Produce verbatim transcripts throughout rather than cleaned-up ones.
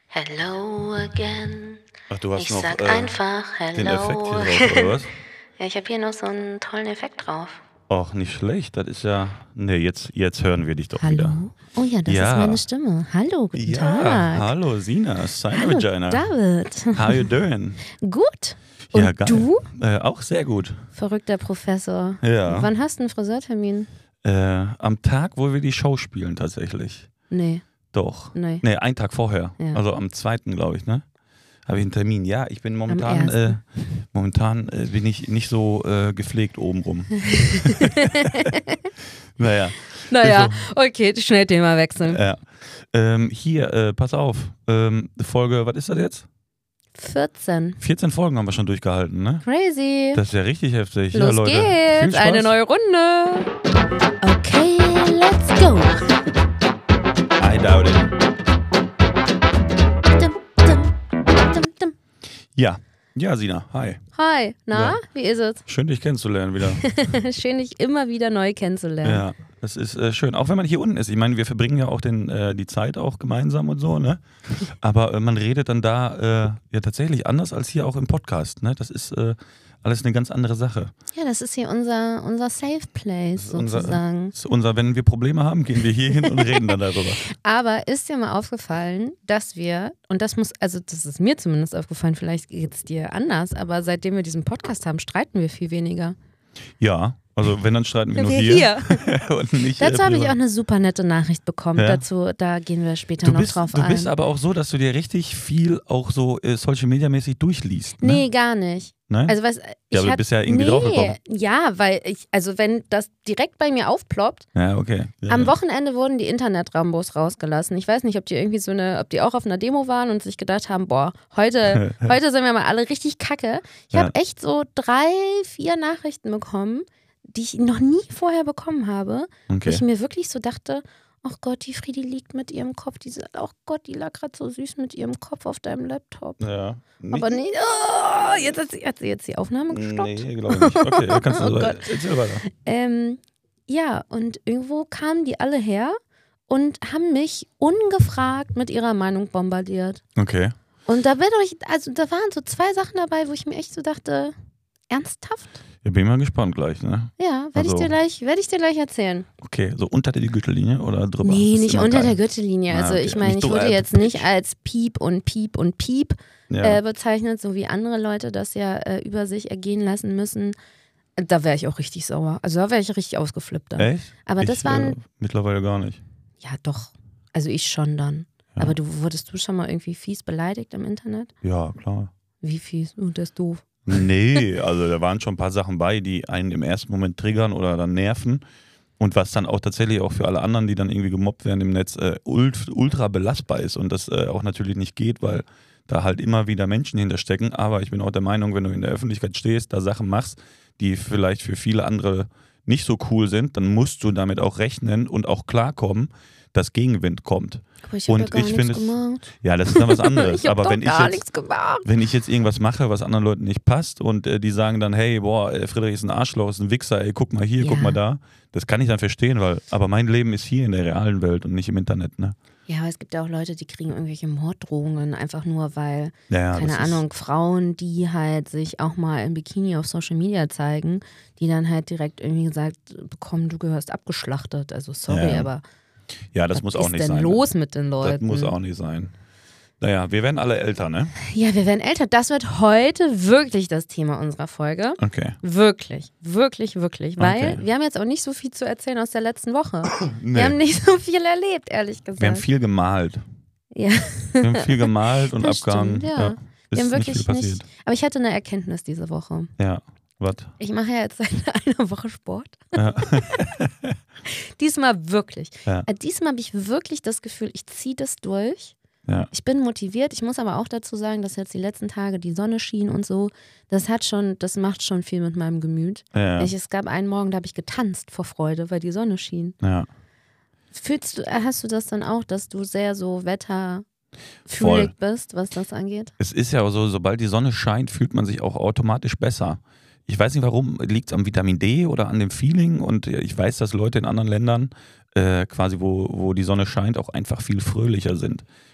Hello again. Ach, du hast ich noch sag äh, einfach hello. den Effekt hier drauf, oder was? Ja, ich habe hier noch so einen tollen Effekt drauf. Och, nicht schlecht. Das ist ja... Nee, jetzt, jetzt hören wir dich doch Hallo? wieder. Oh ja, das Ja. ist meine Stimme. Hallo, guten Ja, Tag. hallo Sina, Sign Hallo, Vagina. David. How you doing? Gut. Und Ja, geil. du? Äh, auch sehr gut. Verrückter Professor. Ja. Wann hast du einen Friseurtermin? Äh, am Tag, wo wir die Show spielen tatsächlich. Nee. Doch. Nee. Nee, einen Tag vorher. Ja. Also am zweiten, glaube ich, ne? Habe ich einen Termin. Ja, ich bin momentan, Am äh, momentan äh, bin ich nicht so äh, gepflegt obenrum. naja. Naja, Ist okay, schnell Thema wechseln. Ja. Ähm, hier, äh, pass auf. Ähm, Folge, was ist das jetzt? vierzehn. vierzehn Folgen haben wir schon durchgehalten, ne? Crazy. Das ist ja richtig heftig. Los ja, Leute. Viel geht's. Spaß. Eine neue Runde. Okay, let's go. I doubt it. Dum, dum, dum, dum. Ja. Ja, Sina, hi. Hi, na, Ja. wie ist es? Schön, dich kennenzulernen wieder. Schön, dich immer wieder neu kennenzulernen. Ja, das ist äh, schön. Auch wenn man hier unten ist. Ich meine, wir verbringen ja auch den, äh, die Zeit auch gemeinsam und so, ne? Aber äh, man redet dann da äh, ja tatsächlich anders als hier auch im Podcast, ne? Das ist äh, alles eine ganz andere Sache. Ja, das ist hier unser, unser Safe Place ist unser- sozusagen. Das ist unser, wenn wir Probleme haben, gehen wir hier hin und reden dann darüber. Aber ist dir mal aufgefallen, dass wir, und das muss, also das ist mir zumindest aufgefallen, vielleicht geht es dir anders, aber seitdem wir diesen Podcast haben, streiten wir viel weniger. Ja, also wenn, dann streiten wir nur Wir hier. und nicht, Dazu äh, habe ich auch privat. eine super nette Nachricht bekommen. Ja. Dazu, da gehen wir später Du noch bist, drauf du bist ein. aber auch so, dass du dir richtig viel auch so äh, Social Media mäßig durchliest. Ne? Nee, gar nicht. Nein? Also was, ich aber du hat- bist ja irgendwie nee, draufgekommen. Ja, weil ich, also wenn das direkt bei mir aufploppt, Ja, okay. Ja, am ja. Wochenende wurden die Internet-Rambos rausgelassen. Ich weiß nicht, ob die irgendwie so eine, ob die auch auf einer Demo waren und sich gedacht haben, boah, heute, heute sind wir mal alle richtig kacke. Ich Ja. habe echt so drei, vier Nachrichten bekommen, die ich noch nie vorher bekommen habe. Wo Okay. ich mir wirklich so dachte, ach Gott, die Friedi liegt mit ihrem Kopf. Die sagt, ach Gott, die lag gerade so süß mit ihrem Kopf auf deinem Laptop. Ja. Nicht- Aber nee, oh, jetzt hat sie, hat sie jetzt die Aufnahme gestoppt. Nee, glaube ich nicht. Okay, da kannst du Oh so, Gott. erzähl weiter. Ähm, ja, und irgendwo kamen die alle her und haben mich ungefragt mit ihrer Meinung bombardiert. Okay. Und da bin ich, also da waren so zwei Sachen dabei, wo ich mir echt so dachte, ernsthaft? Ja, bin mal gespannt gleich, ne? Ja, werde Also- ich dir gleich, werde ich dir gleich erzählen. Okay, so unter die Gürtellinie oder drüber? Nee, Ist nicht immer unter geil. der Gürtellinie. Ah, Also okay. ich meine, Nicht ich so, wurde äh, jetzt nicht als Piep und Piep und Piep Ja. äh, bezeichnet, so wie andere Leute das ja äh, über sich ergehen lassen müssen. Da wäre ich auch richtig sauer. Also da wäre ich richtig ausgeflippt dann. Echt? Aber ich, das waren, Äh, mittlerweile gar nicht. ja doch, also ich schon dann. Ja. Aber du wurdest du schon mal irgendwie fies beleidigt im Internet? Ja, klar. Wie fies? Oh, das ist doof. Nee, also da waren schon ein paar Sachen bei, die einen im ersten Moment triggern oder dann nerven. Und was dann auch tatsächlich auch für alle anderen, die dann irgendwie gemobbt werden im Netz, äh, ult, ultra belastbar ist. Und das äh, auch natürlich nicht geht, weil da halt immer wieder Menschen hinterstecken. Aber ich bin auch der Meinung, wenn du in der Öffentlichkeit stehst, da Sachen machst, die vielleicht für viele andere nicht so cool sind, dann musst du damit auch rechnen und auch klarkommen, dass Gegenwind kommt. Aber ich habe Und ja gar ich nichts finde es- gemacht. Ja, das ist dann was anderes. Ich habe Aber doch wenn ich gar jetzt nichts gemacht. wenn ich jetzt irgendwas mache, was anderen Leuten nicht passt und äh, die sagen dann, hey, boah, äh, Friedrich ist ein Arschloch, ist ein Wichser, ey, guck mal hier, Ja. guck mal da. Das kann ich dann verstehen, weil, aber mein Leben ist hier in der realen Welt und nicht im Internet, ne? Ja, aber es gibt ja auch Leute, die kriegen irgendwelche Morddrohungen, einfach nur weil, Ja, ja, keine das ist- Ahnung, Frauen, die halt sich auch mal im Bikini auf Social Media zeigen, die dann halt direkt irgendwie gesagt bekommen, du gehörst abgeschlachtet. Also sorry, Ja. aber Ja, das was muss ist auch nicht denn sein. los mit den Das Leuten? muss auch nicht sein. Naja, wir werden alle älter, ne? Ja, wir werden älter. Das wird heute wirklich das Thema unserer Folge. Okay. Wirklich, wirklich, wirklich. Weil Okay. wir haben jetzt auch nicht so viel zu erzählen aus der letzten Woche. Nee. Wir haben nicht so viel erlebt, ehrlich gesagt. Wir haben viel gemalt. ja. Wir haben viel gemalt und Das abgehangen. stimmt, ja. Ist Wir haben nicht wirklich viel passiert. nicht. Aber ich hatte eine Erkenntnis diese Woche. Ja, was? Ich mache ja jetzt seit einer Woche Sport. Ja. Diesmal wirklich. Ja. Äh, Diesmal habe ich wirklich das Gefühl, ich ziehe das durch. Ja. Ich bin motiviert. Ich muss aber auch dazu sagen, dass jetzt die letzten Tage die Sonne schien und so. Das hat schon, das macht schon viel mit meinem Gemüt. Ja. Ich, es gab einen Morgen, da habe ich getanzt vor Freude, weil die Sonne schien. Ja. Fühlst du, hast du das dann auch, dass du sehr so wetterfühlig Voll. bist, was das angeht? Es ist ja so, sobald die Sonne scheint, fühlt man sich auch automatisch besser. Ich weiß nicht warum, liegt es am Vitamin D oder an dem Feeling? Und ich weiß, dass Leute in anderen Ländern äh, quasi, wo, wo die Sonne scheint, auch einfach viel fröhlicher sind.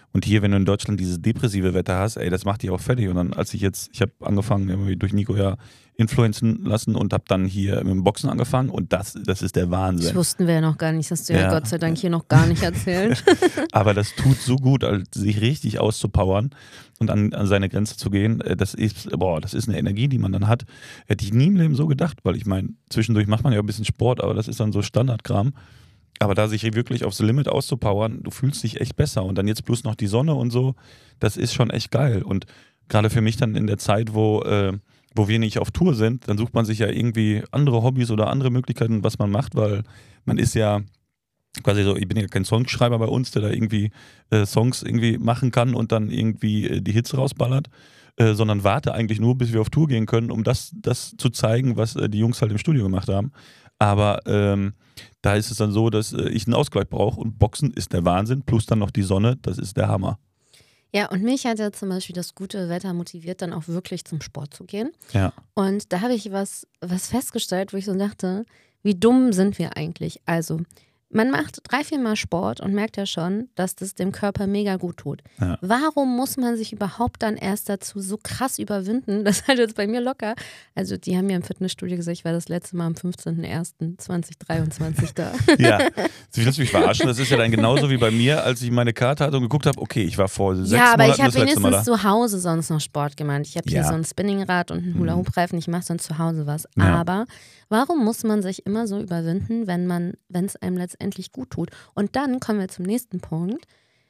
Und hier, wenn du in Deutschland dieses depressive Wetter hast, ey, das macht dich auch fertig. Und dann, als ich jetzt, ich habe angefangen, irgendwie durch Nico ja influenzen lassen und habe dann hier mit dem Boxen angefangen und das, das ist der Wahnsinn. Das wussten wir ja noch gar nicht, das hast du ja, Ja. Gott sei Dank hier noch gar nicht erzählt. Aber das tut so gut, als sich richtig auszupowern und an, an seine Grenze zu gehen. Äh, Das ist, boah, das ist eine Energie, die man dann hat. Hätte ich nie im Leben so gedacht, weil ich meine, zwischendurch macht man ja ein bisschen Sport, aber das ist dann so Standardkram. Aber da sich wirklich aufs Limit auszupowern, du fühlst dich echt besser. Und dann jetzt bloß noch die Sonne und so, das ist schon echt geil. Und gerade für mich dann in der Zeit, wo, äh, wo wir nicht auf Tour sind, dann sucht man sich ja irgendwie andere Hobbys oder andere Möglichkeiten, was man macht, weil man ist ja quasi so, ich bin ja kein Songschreiber bei uns, der da irgendwie äh, Songs irgendwie machen kann und dann irgendwie äh, die Hits rausballert, äh, sondern warte eigentlich nur, bis wir auf Tour gehen können, um das, das zu zeigen, was äh, die Jungs halt im Studio gemacht haben. Aber ähm, da ist es dann so, dass äh, ich einen Ausgleich brauche und Boxen ist der Wahnsinn, plus dann noch die Sonne, das ist der Hammer. Ja, und mich hat ja zum Beispiel das gute Wetter motiviert, dann auch wirklich zum Sport zu gehen. Ja. Und da habe ich was, was festgestellt, wo ich so dachte, wie dumm sind wir eigentlich? Also, man macht drei, vier Mal Sport und merkt ja schon, dass das dem Körper mega gut tut. Ja. Warum muss man sich überhaupt dann erst dazu so krass überwinden? Das ist halt jetzt bei mir locker. Also die haben ja im Fitnessstudio gesagt, ich war das letzte Mal am fünfzehnten ersten zweitausenddreiundzwanzig da. Ja, Sie willst mich verarschen, das ist ja dann genauso wie bei mir, als ich meine Karte hatte und geguckt habe, okay, ich war vor sechs Ja, aber Monaten ich habe das letzte Mal da. wenigstens zu Hause sonst noch Sport gemacht. Ich habe hier Ja. so ein Spinningrad und einen Hula-Hoop-Reifen. Ich mache sonst zu Hause was. Ja. Aber warum muss man sich immer so überwinden, wenn man, wenn es einem letztendlich gut tut? Und dann kommen wir zum nächsten Punkt.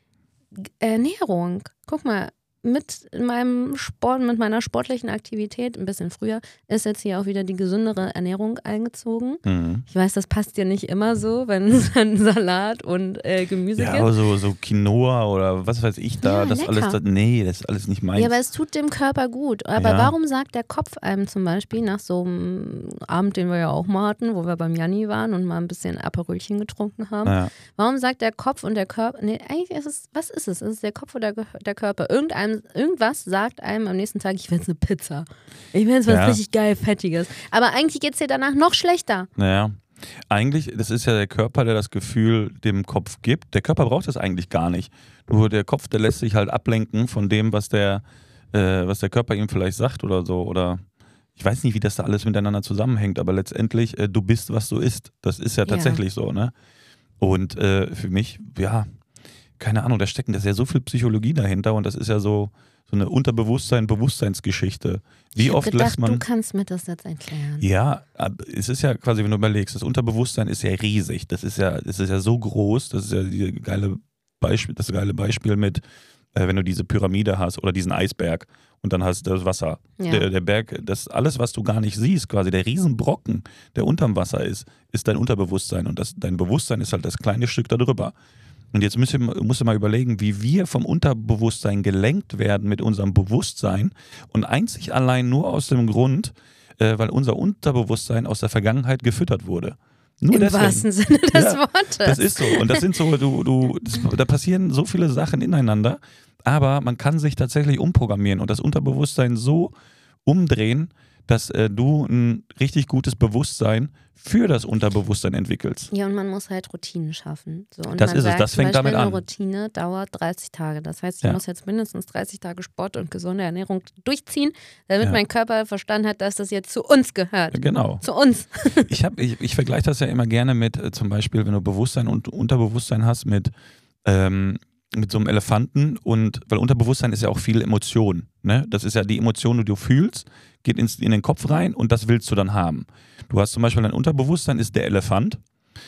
Ernährung. Guck mal, mit meinem Sport, mit meiner sportlichen Aktivität, ein bisschen früher, ist jetzt hier auch wieder die gesündere Ernährung eingezogen. Mhm. Ich weiß, das passt dir nicht immer so, wenn es dann Salat und äh, Gemüse Ja, gibt. aber so, so Quinoa oder was weiß ich da, Ja, das lecker. alles, das, nee, das ist alles nicht meins. Ja, aber es tut dem Körper gut. Aber Ja. warum sagt der Kopf einem zum Beispiel nach so einem Abend, den wir ja auch mal hatten, wo wir beim Janni waren und mal ein bisschen Aperolchen getrunken haben, ja. warum sagt der Kopf und der Körper, nee, eigentlich ist es, was ist es? Ist es der Kopf oder der, der Körper? Irgendeinem, irgendwas sagt einem am nächsten Tag, ich will jetzt eine Pizza. Ich will jetzt was Ja. richtig geil Fettiges. Aber eigentlich geht es dir danach noch schlechter. Naja, eigentlich, das ist ja der Körper, der das Gefühl dem Kopf gibt. Der Körper braucht das eigentlich gar nicht. Nur der Kopf, der lässt sich halt ablenken von dem, was der, äh, was der Körper ihm vielleicht sagt oder so. Oder ich weiß nicht, wie das da alles miteinander zusammenhängt, aber letztendlich, äh, du bist, was du isst. Das ist ja tatsächlich so, ne? Und äh, für mich, ja, keine Ahnung, da stecken, da ist ja so viel Psychologie dahinter und das ist ja so, so eine Unterbewusstsein-Bewusstseinsgeschichte. Wie ich hab oft gedacht, lässt man. du kannst mir das jetzt erklären. Ja, ab- es ist ja quasi, wenn du überlegst, das Unterbewusstsein ist ja riesig. Das ist ja, das ist ja so groß, das ist ja die geile Beispiel, das geile Beispiel mit, äh, wenn du diese Pyramide hast oder diesen Eisberg und dann hast du das Wasser. Ja. Der, der Berg, das alles, was du gar nicht siehst, quasi der Riesenbrocken, der unterm Wasser ist, ist dein Unterbewusstsein. Und das, dein Bewusstsein ist halt das kleine Stück da drüber. Und jetzt musst du, musst du mal überlegen, wie wir vom Unterbewusstsein gelenkt werden mit unserem Bewusstsein und einzig allein nur aus dem Grund, äh, weil unser Unterbewusstsein aus der Vergangenheit gefüttert wurde. Nur Im deswegen. wahrsten Sinne des Ja, Wortes. Das ist so. Und das sind so, du, du, das, da passieren so viele Sachen ineinander, aber man kann sich tatsächlich umprogrammieren und das Unterbewusstsein so umdrehen, dass äh, du ein richtig gutes Bewusstsein für das Unterbewusstsein entwickelst. Ja, und man muss halt Routinen schaffen. So, und Das man ist es, sagt das zum fängt Beispiel, damit an. Eine Routine dauert dreißig Tage. Das heißt, ich Ja. muss jetzt mindestens dreißig Tage Sport und gesunde Ernährung durchziehen, damit Ja. mein Körper verstanden hat, dass das jetzt zu uns gehört. Genau. Zu uns. Ich, hab- ich, ich vergleiche das ja immer gerne mit, äh, zum Beispiel, wenn du Bewusstsein und Unterbewusstsein hast, mit, ähm, mit so einem Elefanten. Und weil Unterbewusstsein ist ja auch viel Emotion. Ne? Das ist ja die Emotion, die du fühlst, geht ins, in den Kopf rein und das willst du dann haben. Du hast zum Beispiel dein Unterbewusstsein ist der Elefant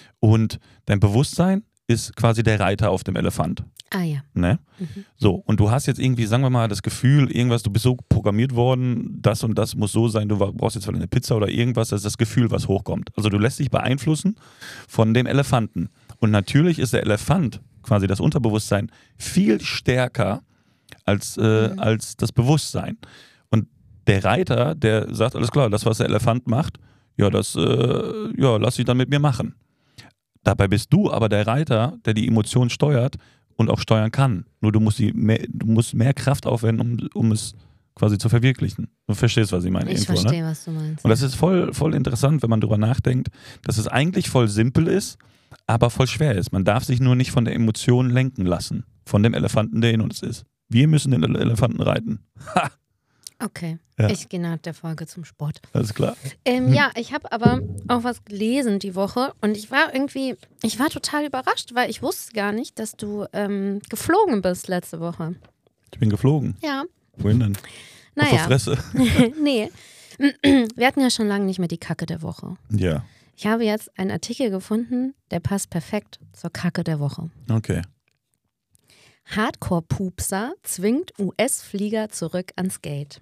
und dein Bewusstsein ist quasi der Reiter auf dem Elefant. Ah ja. Ne? Mhm. So, und du hast jetzt irgendwie, sagen wir mal, das Gefühl, irgendwas, du bist so programmiert worden, das und das muss so sein, du brauchst jetzt vielleicht eine Pizza oder irgendwas, das ist das Gefühl, was hochkommt. Also du lässt dich beeinflussen von dem Elefanten. Und natürlich ist der Elefant, quasi das Unterbewusstsein, viel stärker als, äh, Mhm. als das Bewusstsein. Und der Reiter, der sagt, alles klar, das, was der Elefant macht, ja, das äh, ja, lass ich dann mit mir machen. Dabei bist du aber der Reiter, der die Emotionen steuert und auch steuern kann. Nur du musst, die mehr, du musst mehr Kraft aufwenden, um, um es quasi zu verwirklichen. Du verstehst, was ich meine. Ich irgendwo, ne? verstehe, was du meinst. Und das ist voll, voll interessant, wenn man drüber nachdenkt, dass es eigentlich voll simpel ist, aber voll schwer ist. Man darf sich nur nicht von der Emotion lenken lassen. von dem Elefanten, der in uns ist. Wir müssen den Elefanten reiten. Ha! Okay, Ja. ich gehe nach der Folge zum Sport. Alles klar. Ähm, ja, ich habe aber auch was gelesen die Woche und ich war irgendwie, ich war total überrascht, weil ich wusste gar nicht, dass du ähm, geflogen bist letzte Woche. Ich bin geflogen. Ja, Wohin denn? Auf der naja. Fresse. Nee, wir hatten ja schon lange nicht mehr die Kacke der Woche. Ja, Ich habe jetzt einen Artikel gefunden, der passt perfekt zur Kacke der Woche. okay. Hardcore-Pupser zwingt U S-Flieger zurück ans Gate.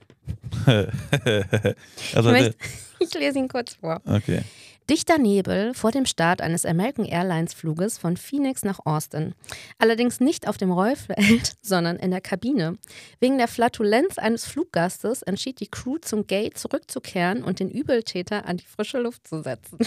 also, Ich, der, möchte, ich lese ihn kurz vor. okay. Dichter Nebel vor dem Start eines American Airlines-Fluges von Phoenix nach Austin. Allerdings nicht auf dem Rollfeld, sondern in der Kabine. Wegen der Flatulenz eines Fluggastes entschied die Crew, zum Gate zurückzukehren und den Übeltäter an die frische Luft zu setzen.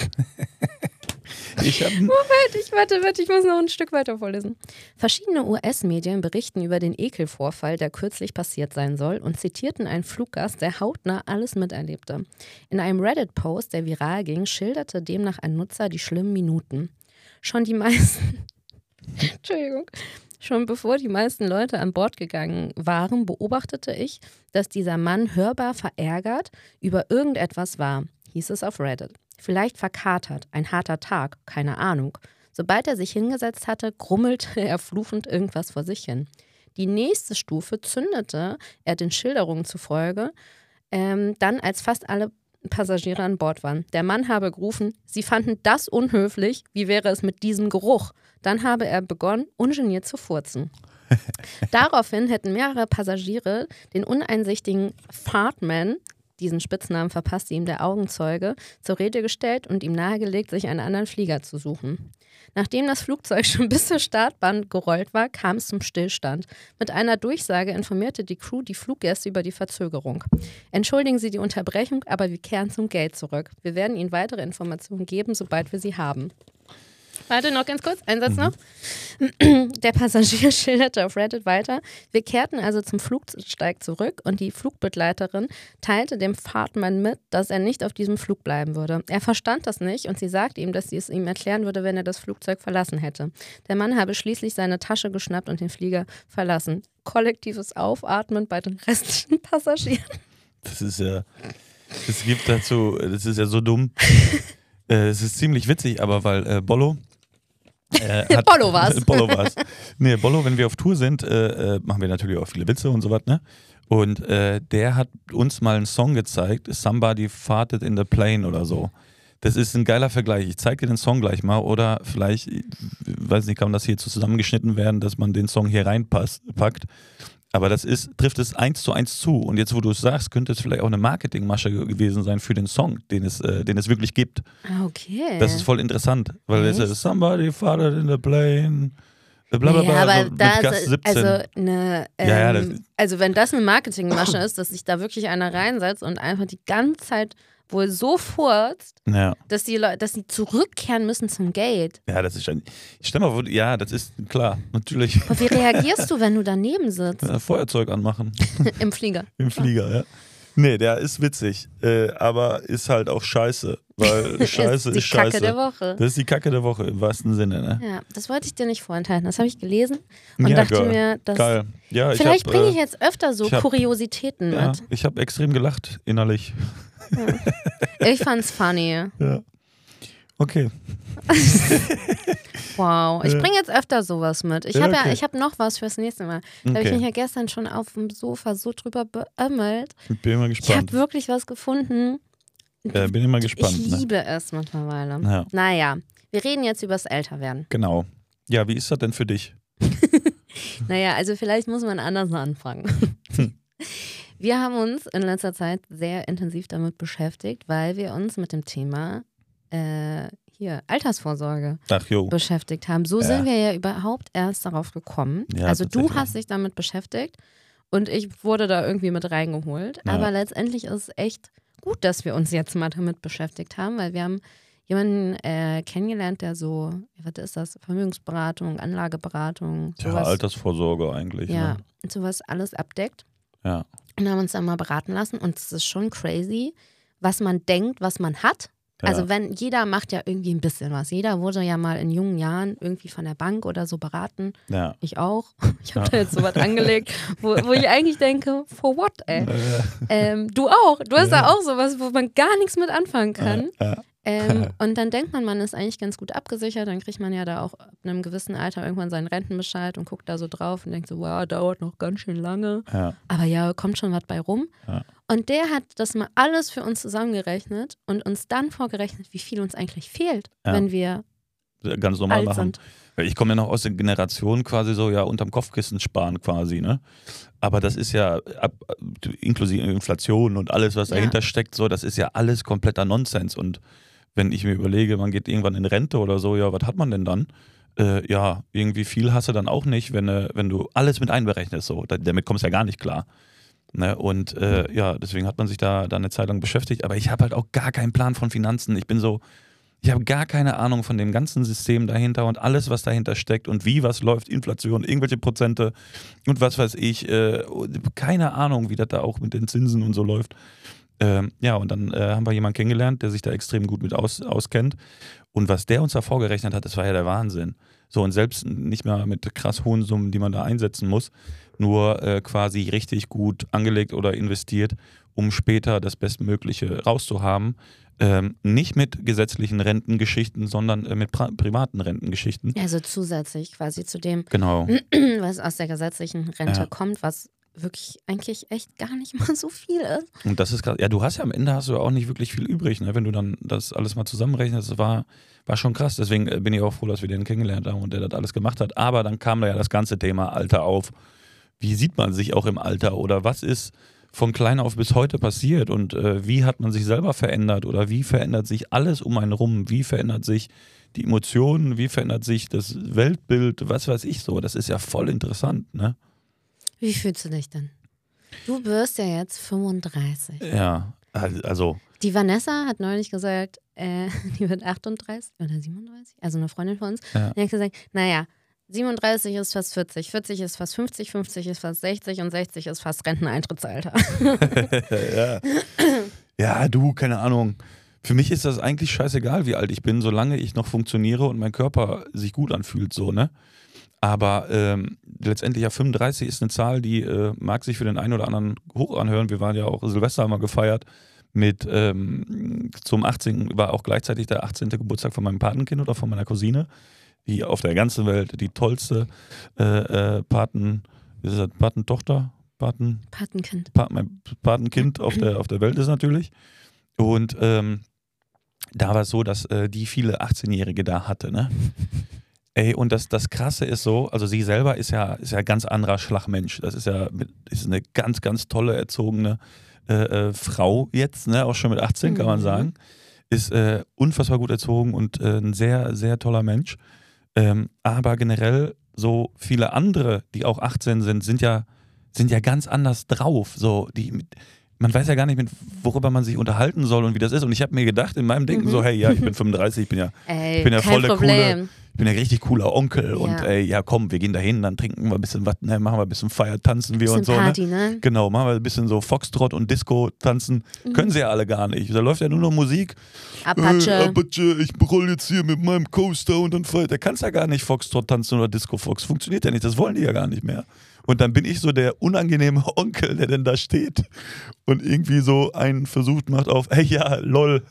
Ich hab, Moment, ich warte, warte, ich muss noch ein Stück weiter vorlesen. Verschiedene U S-Medien berichten über den Ekelvorfall, der kürzlich passiert sein soll, und zitierten einen Fluggast, der hautnah alles miterlebte. In einem Reddit-Post, der viral ging, schilderte demnach ein Nutzer die schlimmen Minuten. Schon die meisten, Entschuldigung, schon bevor die meisten Leute an Bord gegangen waren, beobachtete ich, dass dieser Mann hörbar verärgert über irgendetwas war, hieß es auf Reddit. Vielleicht verkatert, ein harter Tag, keine Ahnung. Sobald er sich hingesetzt hatte, grummelte er fluchend irgendwas vor sich hin. Die nächste Stufe zündete er den Schilderungen zufolge, ähm, dann als fast alle Passagiere an Bord waren. Der Mann habe gerufen, sie fanden das unhöflich, wie wäre es mit diesem Geruch? Dann habe er begonnen, ungeniert zu furzen. Daraufhin hätten mehrere Passagiere den uneinsichtigen Fartman, diesen Spitznamen verpasste ihm der Augenzeuge, zur Rede gestellt und ihm nahegelegt, sich einen anderen Flieger zu suchen. Nachdem das Flugzeug schon bis zur Startbahn gerollt war, kam es zum Stillstand. Mit einer Durchsage informierte die Crew die Fluggäste über die Verzögerung. Entschuldigen Sie die Unterbrechung, aber wir kehren zum Gate zurück. Wir werden Ihnen weitere Informationen geben, sobald wir sie haben. Warte, noch ganz kurz, ein Satz noch. Der Passagier schilderte auf Reddit weiter. Wir kehrten also zum Flugsteig zurück und die Flugbegleiterin teilte dem Fahrtmann mit, dass er nicht auf diesem Flug bleiben würde. Er verstand das nicht und sie sagte ihm, dass sie es ihm erklären würde, wenn er das Flugzeug verlassen hätte. Der Mann habe schließlich seine Tasche geschnappt und den Flieger verlassen. Kollektives Aufatmen bei den restlichen Passagieren. Das ist ja, es gibt dazu, das ist ja so dumm. äh, es ist ziemlich witzig, aber weil äh, Bollo Äh, hat, Bollo war's. Bollo war's. Nee, Bollo, wenn wir auf Tour sind, äh, äh, machen wir natürlich auch viele Witze und so was, ne? Und äh, der hat uns mal einen Song gezeigt, Somebody Farted in the Plane oder so. Das ist ein geiler Vergleich. Ich zeige dir den Song gleich mal oder vielleicht, ich weiß nicht, kann das hier zusammengeschnitten werden, dass man den Song hier reinpackt. Aber das ist, trifft es eins zu eins zu. Und jetzt, wo du es sagst, könnte es vielleicht auch eine Marketingmasche gewesen sein für den Song, den es, äh, den es wirklich gibt. Okay. Das ist voll interessant, weil es ist Somebody farted in the plane. Blablabla, ja, aber mit da Gast ist, siebzehn. also eine, ähm, Ja, ja, das- also wenn das eine Marketingmasche ist, dass sich da wirklich einer reinsetzt und einfach die ganze Zeit wohl so furzt, Ja. dass die Leute, dass sie zurückkehren müssen zum Gate. Ja, das ist schon. Stell mal vor, ja, das ist klar, natürlich. Und wie reagierst du, wenn du daneben sitzt? Ja, Feuerzeug anmachen Im Flieger. im Flieger, ja. Nee, der ist witzig, äh, aber ist halt auch scheiße, weil Scheiße ist, die scheiße. Kacke der Woche. Das ist die Kacke der Woche im wahrsten Sinne, ne? Ja, das wollte ich dir nicht vorenthalten. Das habe ich gelesen und Ja, dachte geil. mir, dass Geil. Ja, vielleicht hab, bringe äh, ich jetzt öfter so ich hab- Kuriositäten Ja, mit. ich habe extrem gelacht, innerlich. Ich fand's funny. Ja. Okay. Wow. Ich Ja. bringe jetzt öfter sowas mit. Ich Ja, habe okay. ja, ich habe noch was fürs nächste Mal. Da habe ich Okay. mich ja gestern schon auf dem Sofa so drüber beömmelt. Ich bin immer Ich gespannt. habe wirklich was gefunden. äh, bin immer gespannt. Ich Ne? liebe es mittlerweile. Ja. Naja, wir reden jetzt über das Älterwerden. Genau. Ja, wie ist das denn für dich? Naja, also vielleicht muss man anders anfangen. Wir haben uns in letzter Zeit sehr intensiv damit beschäftigt, weil wir uns mit dem Thema äh, hier Altersvorsorge Ach jo. beschäftigt haben. So Ja. sind wir ja überhaupt erst darauf gekommen. Ja, also du tatsächlich. hast dich damit beschäftigt und ich wurde da irgendwie mit reingeholt. Ja. Aber letztendlich ist es echt gut, dass wir uns jetzt mal damit beschäftigt haben, weil wir haben jemanden äh, kennengelernt, der so, was ist das, Vermögensberatung, Anlageberatung, Ja, sowas, Altersvorsorge eigentlich. ja, Ne? und sowas alles abdeckt. Ja. Und haben uns dann mal beraten lassen und es ist schon crazy, was man denkt, was man hat Also wenn, jeder macht ja irgendwie ein bisschen was. Jeder wurde ja mal in jungen Jahren irgendwie von der Bank oder so beraten. Ja. Ich auch. Ich habe ja. da jetzt so was angelegt, wo, wo ich eigentlich denke, for what, ey? ähm, du auch. Du hast ja. da auch sowas, wo man gar nichts mit anfangen kann. Ja. Ja. Ähm, und dann denkt man, man ist eigentlich ganz gut abgesichert. Dann kriegt man ja da auch ab einem gewissen Alter irgendwann seinen Rentenbescheid und guckt da so drauf und denkt so, wow, dauert noch ganz schön lange. Ja. Aber ja, kommt schon was bei rum. Ja. Und der hat das mal alles für uns zusammengerechnet und uns dann vorgerechnet, wie viel uns eigentlich fehlt, ja. wenn wir ganz normal alt machen. sind. Ich komme ja noch aus der Generation quasi so, ja, unterm Kopfkissen sparen quasi, ne? Aber das ist ja, ab, inklusive Inflation und alles, was Ja. dahinter steckt, so, das ist ja alles kompletter Nonsens. Und wenn ich mir überlege, man geht irgendwann in Rente oder so, ja, was hat man denn dann? Äh, ja, irgendwie viel hast du dann auch nicht, wenn, äh, wenn du alles mit einberechnest, so. Da, damit kommst du ja gar nicht klar. Ne? Und äh, ja, deswegen hat man sich da, da eine Zeit lang beschäftigt. Aber ich habe halt auch gar keinen Plan von Finanzen. Ich bin so, ich habe gar keine Ahnung von dem ganzen System dahinter und alles, was dahinter steckt und wie was läuft, Inflation, irgendwelche Prozente und was weiß ich. Äh, keine Ahnung, wie das da auch mit den Zinsen und so läuft. Ähm, ja, und dann äh, haben wir jemanden kennengelernt, der sich da extrem gut mit aus, auskennt. Und was der uns da vorgerechnet hat, das war ja der Wahnsinn. So, und selbst nicht mehr mit krass hohen Summen, die man da einsetzen muss, nur äh, quasi richtig gut angelegt oder investiert, um später das Bestmögliche rauszuhaben. Ähm, nicht mit gesetzlichen Rentengeschichten, sondern äh, mit pra- privaten Rentengeschichten. Also zusätzlich quasi zu dem, Genau. was aus der gesetzlichen Rente Ja. kommt, was wirklich eigentlich echt gar nicht mal so viel ist. Und das ist gerade, ja, du hast ja am Ende hast du auch nicht wirklich viel übrig, ne? Wenn du dann das alles mal zusammenrechnest, das war, war schon krass. Deswegen bin ich auch froh, dass wir den kennengelernt haben und der das alles gemacht hat. Aber dann kam da ja das ganze Thema Alter auf. Wie sieht man sich auch im Alter oder was ist von klein auf bis heute passiert und äh, wie hat man sich selber verändert oder wie verändert sich alles um einen rum? Wie verändert sich die Emotionen? Wie verändert sich das Weltbild? Was weiß ich so? Das ist ja voll interessant, ne? Wie fühlst du dich denn? Du wirst ja jetzt fünfunddreißig. Ja, also. Die Vanessa hat neulich gesagt, äh, die wird achtunddreißig oder siebenunddreißig, also eine Freundin von uns. Ja. Die hat gesagt, naja, siebenunddreißig ist fast vierzig, vierzig ist fast fünfzig, fünfzig ist fast sechzig und sechzig ist fast Renteneintrittsalter. ja. ja, du, keine Ahnung. Für mich ist das eigentlich scheißegal, wie alt ich bin, solange ich noch funktioniere und mein Körper sich gut anfühlt, so, ne? Aber ähm, letztendlich ja fünfunddreißig ist eine Zahl, die äh, mag sich für den einen oder anderen hoch anhören. Wir waren ja auch Silvester haben wir gefeiert mit ähm, zum achtzehnten war auch gleichzeitig der achtzehnte Geburtstag von meinem Patenkind oder von meiner Cousine, die auf der ganzen Welt die tollste äh, äh, Paten, ist das Patentochter? Paten, Patenkind. Pa- mein Patenkind auf der, auf der Welt ist natürlich. Und ähm, da war es so, dass äh, die viele achtzehnjährige da hatte, ne? Ey, und das, das Krasse ist so, also sie selber ist ja, ist ja ein ganz anderer Schlagmensch. Das ist ja mit, ist eine ganz, ganz tolle, erzogene äh, äh, Frau jetzt, ne? Auch schon mit achtzehn, kann man Mhm. sagen. Ist äh, unfassbar gut erzogen und äh, ein sehr, sehr toller Mensch. Ähm, aber generell so viele andere, die auch achtzehn sind, sind ja, sind ja ganz anders drauf. So, die, mit, man weiß ja gar nicht, mit, worüber man sich unterhalten soll und wie das ist. Und ich habe mir gedacht, in meinem Denken Mhm. so, hey, ja, ich bin fünfunddreißig, ich bin ja, Ey, ich bin ja kein voll der Problem. coole, ich bin ja richtig cooler Onkel. Ja. Und ey, ja komm, wir gehen dahin, dann trinken wir ein bisschen was, ne, machen wir ein bisschen Feier, tanzen wir Bisschen und so. Party, Ne? ne? Genau, machen wir ein bisschen so Foxtrot und Disco tanzen. Mhm. Können sie ja alle gar nicht. Da läuft ja nur noch Musik. Apache. Äh, Apache, ich roll jetzt hier mit meinem Coaster und dann feiert. Der kannst ja gar nicht Foxtrot tanzen oder Disco Fox. Funktioniert ja nicht, das wollen die ja gar nicht mehr. Und dann bin ich so der unangenehme Onkel, der denn da steht und irgendwie so einen versucht macht auf, hey ja, lol,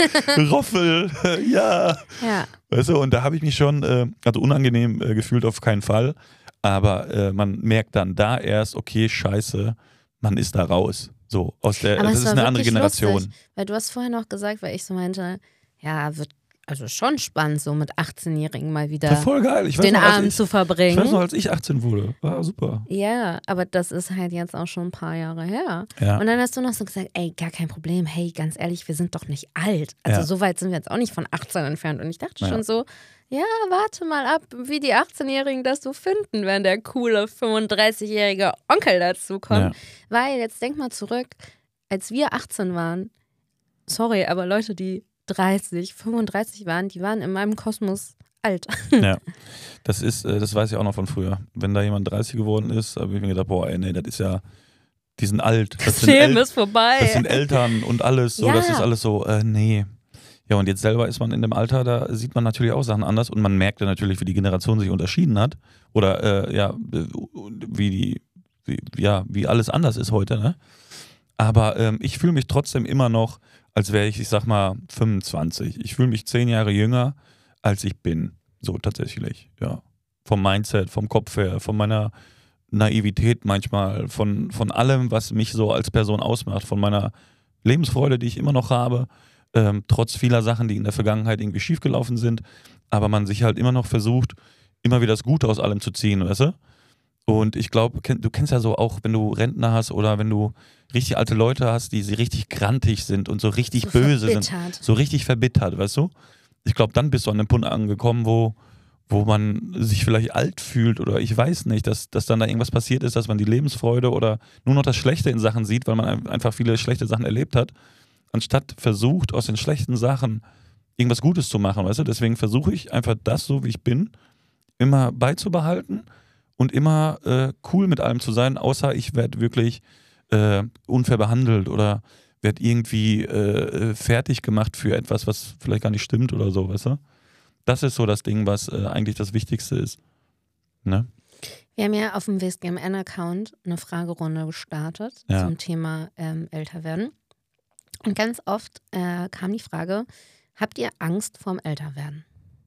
Roffel, ja. Ja. Weißt du, und da habe ich mich schon, äh, also unangenehm äh, gefühlt auf keinen Fall, aber äh, man merkt dann da erst, okay, scheiße, man ist da raus. So, aus der, Aber das es ist war eine andere wirklich Generation. lustig, weil du hast vorher noch gesagt, weil ich so meinte, ja, wird also schon spannend, so mit achtzehnjährigen mal wieder Das war voll geil. Ich weiß den noch, als Abend ich, zu ich weiß verbringen. noch, als ich achtzehn wurde. War super. Ja, aber das ist halt jetzt auch schon ein paar Jahre her. Ja. Und dann hast du noch so gesagt, ey, gar kein Problem, hey, ganz ehrlich, wir sind doch nicht alt. Also Ja. so weit sind wir jetzt auch nicht von achtzehn entfernt. Und ich dachte Ja. schon so, ja, warte mal ab, wie die achtzehnjährigen das so finden, wenn der coole fünfunddreißigjährige Onkel dazu kommt. Ja. Weil, jetzt denk mal zurück, als wir achtzehn waren, sorry, aber Leute, die dreißig, fünfunddreißig waren, die waren in meinem Kosmos alt. Ja, das ist, äh, das weiß ich auch noch von früher. Wenn da jemand dreißig geworden ist, habe ich mir gedacht, boah, ey, nee, das ist ja, die sind alt. Das, Das sind, Leben El ist vorbei. das sind Eltern und alles, so, Ja. das ist alles so, äh, nee. Ja, und jetzt selber ist man in dem Alter, da sieht man natürlich auch Sachen anders und man merkt ja natürlich, wie die Generation sich unterschieden hat oder äh, ja, wie die, wie, ja, wie alles anders ist heute, ne? Aber ähm, ich fühle mich trotzdem immer noch, als wäre ich, ich sag mal, fünfundzwanzig. Ich fühle mich zehn Jahre jünger, als ich bin. So tatsächlich, ja. Vom Mindset, vom Kopf her, von meiner Naivität manchmal, von, von allem, was mich so als Person ausmacht, von meiner Lebensfreude, die ich immer noch habe, ähm, trotz vieler Sachen, die in der Vergangenheit irgendwie schiefgelaufen sind, aber man sich halt immer noch versucht, immer wieder das Gute aus allem zu ziehen, weißt du? Und ich glaube, du kennst ja so auch, wenn du Rentner hast oder wenn du richtig alte Leute hast, die, die richtig grantig sind und so richtig So böse verbittert. sind, so richtig verbittert, weißt du? Ich glaube, dann bist du an einem Punkt angekommen, wo, wo man sich vielleicht alt fühlt oder ich weiß nicht, dass, dass dann da irgendwas passiert ist, dass man die Lebensfreude oder nur noch das Schlechte in Sachen sieht, weil man einfach viele schlechte Sachen erlebt hat, anstatt versucht, aus den schlechten Sachen irgendwas Gutes zu machen, weißt du? Deswegen versuche ich einfach das, so wie ich bin, immer beizubehalten und immer äh, cool mit allem zu sein, außer ich werde wirklich äh, unfair behandelt oder werde irgendwie äh, fertig gemacht für etwas, was vielleicht gar nicht stimmt oder so, weißt du? Das ist so das Ding, was äh, eigentlich das Wichtigste ist. Ne? Wir haben ja auf dem W S G M N-Account eine Fragerunde gestartet Ja. zum Thema ähm, älter werden. Und ganz oft äh, kam die Frage, habt ihr Angst vorm Älterwerden?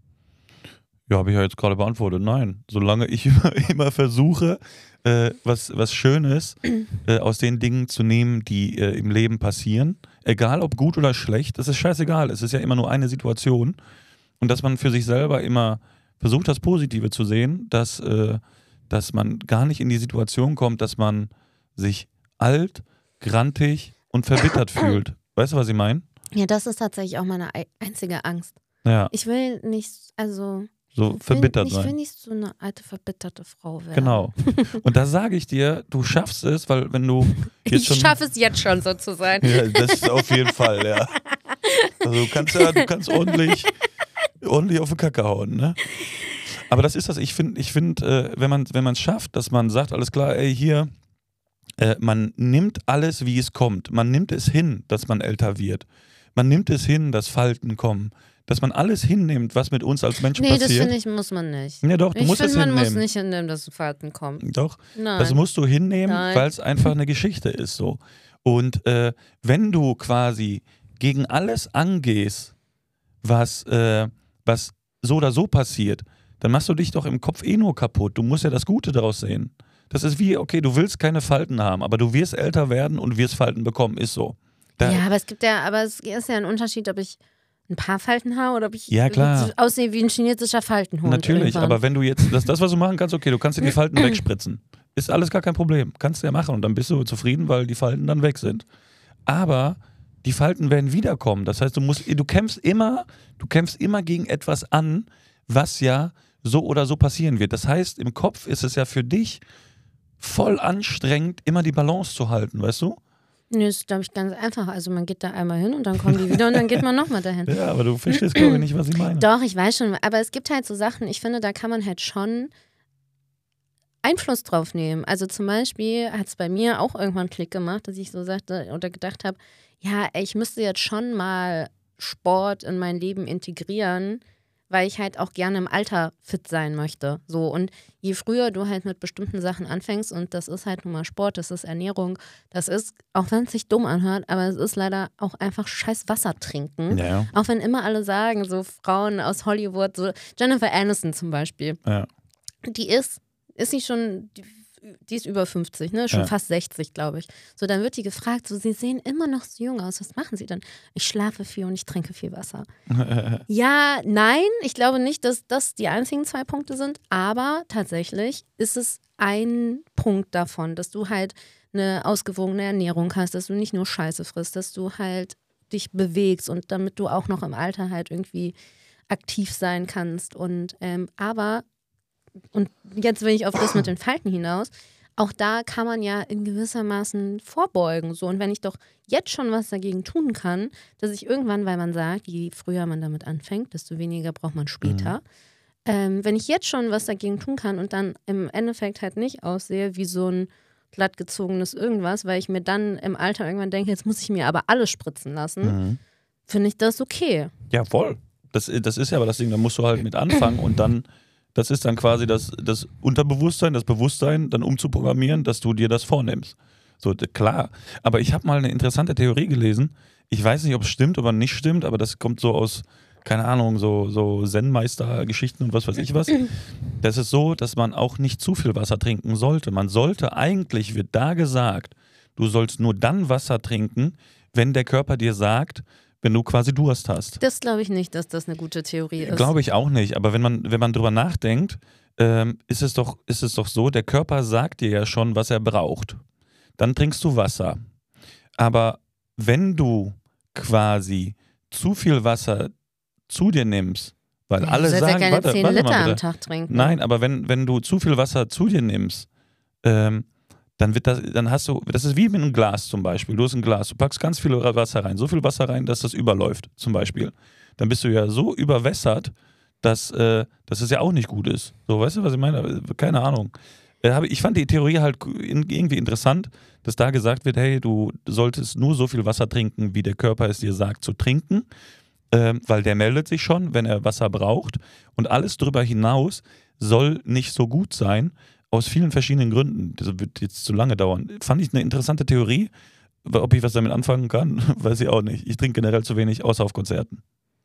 Ja, habe ich ja jetzt gerade beantwortet. Nein, solange ich immer, immer versuche, äh, was, was Schönes äh, aus den Dingen zu nehmen, die äh, im Leben passieren, egal ob gut oder schlecht, das ist scheißegal. Es ist ja immer nur eine Situation. Und dass man für sich selber immer versucht, das Positive zu sehen, dass, äh, dass man gar nicht in die Situation kommt, dass man sich alt, grantig und verbittert fühlt. Weißt du, was ich meine? Ja, das ist tatsächlich auch meine ei- einzige Angst. Ja, Ich will nicht, also so ich verbittert will, ich will sein. nicht so eine alte, verbitterte Frau werden. Genau. Und da sage ich dir, du schaffst es, weil wenn du jetzt Ich schon... schaffe es jetzt schon so zu sein. Ja, das ist auf jeden Fall, ja. Also du kannst ja, du kannst ordentlich, ordentlich auf den Kacke hauen, ne? Aber das ist das, ich finde, ich find, äh, wenn man wenn man es schafft, dass man sagt, alles klar, ey, hier, äh, man nimmt alles, wie es kommt. Man nimmt es hin, dass man älter wird. Man nimmt es hin, dass Falten kommen. Dass man alles hinnimmt, was mit uns als Menschen Nee, das passiert. finde ich, muss man nicht. Ja doch, du Ich musst es finde, man hinnehmen. muss nicht hinnehmen, dass Falten kommen. Doch, Nein. das musst du hinnehmen, Nein. weil es einfach eine Geschichte ist so. Und äh, wenn du quasi gegen alles angehst, was, äh, was so oder so passiert, dann machst du dich doch im Kopf eh nur kaputt. Du musst ja das Gute daraus sehen. Das ist wie, okay, du willst keine Falten haben, aber du wirst älter werden und wirst Falten bekommen, ist so. Da, Ja, aber es gibt ja, aber es ist ja ein Unterschied, ob ich ein paar Falten habe oder ob ich Ja, klar. aussehe wie ein chinesischer Faltenhund. Natürlich, irgendwann. aber wenn du jetzt, das, das, was du machen kannst, okay, du kannst dir die Falten wegspritzen. Ist alles gar kein Problem. Kannst du ja machen und dann bist du zufrieden, weil die Falten dann weg sind. Aber die Falten werden wiederkommen. Das heißt, du musst, du kämpfst immer, du kämpfst immer gegen etwas an, was ja so oder so passieren wird. Das heißt, im Kopf ist es ja für dich voll anstrengend, immer die Balance zu halten, weißt du? Nee, das ist, glaube ich, ganz einfach. Also man geht da einmal hin und dann kommen die wieder und dann geht man nochmal dahin. Ja, aber du verstehst, glaube ich, nicht, was ich meine. Doch, ich weiß schon. Aber es gibt halt so Sachen, ich finde, da kann man halt schon Einfluss drauf nehmen. Also zum Beispiel hat es bei mir auch irgendwann einen Klick gemacht, dass ich so sagte oder gedacht habe, ja, ey, ich müsste jetzt schon mal Sport in mein Leben integrieren, weil ich halt auch gerne im Alter fit sein möchte. So, und je früher du halt mit bestimmten Sachen anfängst, und das ist halt nun mal Sport, das ist Ernährung, das ist, auch wenn es sich dumm anhört, aber es ist leider auch einfach scheiß Wasser trinken. Ja, ja. Auch wenn immer alle sagen, so Frauen aus Hollywood, so Jennifer Aniston zum Beispiel, Ja. die ist, ist sie schon, die, die ist über fünfzig, ne? Schon Ja. fast sechzig, glaube ich. So, dann wird die gefragt, so, sie sehen immer noch so jung aus, was machen sie denn? Ich schlafe viel und ich trinke viel Wasser. Ja, nein, ich glaube nicht, dass das die einzigen zwei Punkte sind, aber tatsächlich ist es ein Punkt davon, dass du halt eine ausgewogene Ernährung hast, dass du nicht nur Scheiße frisst, dass du halt dich bewegst und damit du auch noch im Alter halt irgendwie aktiv sein kannst. Und ähm, aber, und jetzt will ich auf das mit den Falten hinaus, auch da kann man ja in gewissermaßen vorbeugen. So. Und wenn ich doch jetzt schon was dagegen tun kann, dass ich irgendwann, weil man sagt, je früher man damit anfängt, desto weniger braucht man später. Mhm. Ähm, wenn ich jetzt schon was dagegen tun kann und dann im Endeffekt halt nicht aussehe wie so ein glattgezogenes irgendwas, weil ich mir dann im Alter irgendwann denke, jetzt muss ich mir aber alles spritzen lassen, Mhm. finde ich das okay. Ja, voll. Das, das ist ja aber das Ding, da musst du halt mit anfangen und dann, das ist dann quasi das, das Unterbewusstsein, das Bewusstsein, dann umzuprogrammieren, dass du dir das vornimmst. So, d- klar. Aber ich habe mal eine interessante Theorie gelesen. Ich weiß nicht, ob es stimmt oder nicht stimmt, aber das kommt so aus, keine Ahnung, so, so Zen-Meister-Geschichten und was weiß ich was. Das ist so, dass man auch nicht zu viel Wasser trinken sollte. Man sollte eigentlich, wird da gesagt, du sollst nur dann Wasser trinken, wenn der Körper dir sagt, wenn du quasi Durst hast. Das glaube ich nicht, dass das eine gute Theorie ist. Glaube ich auch nicht, aber wenn man, wenn man drüber nachdenkt, ähm, ist es doch, ist es doch so, der Körper sagt dir ja schon, was er braucht. Dann trinkst du Wasser. Aber wenn du quasi zu viel Wasser zu dir nimmst, weil Ja, alle du sollst sagen, ja keine warte, zehn warte Liter mal am bitte. Tag trinken. Nein, aber wenn, wenn du zu viel Wasser zu dir nimmst, ähm, dann wird das, dann hast du, das ist wie mit einem Glas zum Beispiel. Du hast ein Glas, du packst ganz viel Wasser rein, so viel Wasser rein, dass das überläuft, zum Beispiel. Dann bist du ja so überwässert, dass, äh, dass es ja auch nicht gut ist. So, weißt du, was ich meine? Keine Ahnung. Äh, hab ich ich fand die Theorie halt in, irgendwie interessant, dass da gesagt wird, hey, du solltest nur so viel Wasser trinken, wie der Körper es dir sagt zu trinken, ähm, weil der meldet sich schon, wenn er Wasser braucht. Und alles drüber hinaus soll nicht so gut sein, aus vielen verschiedenen Gründen. Das wird jetzt zu lange dauern. Fand ich eine interessante Theorie. Ob ich was damit anfangen kann, weiß ich auch nicht. Ich trinke generell zu wenig, außer auf Konzerten.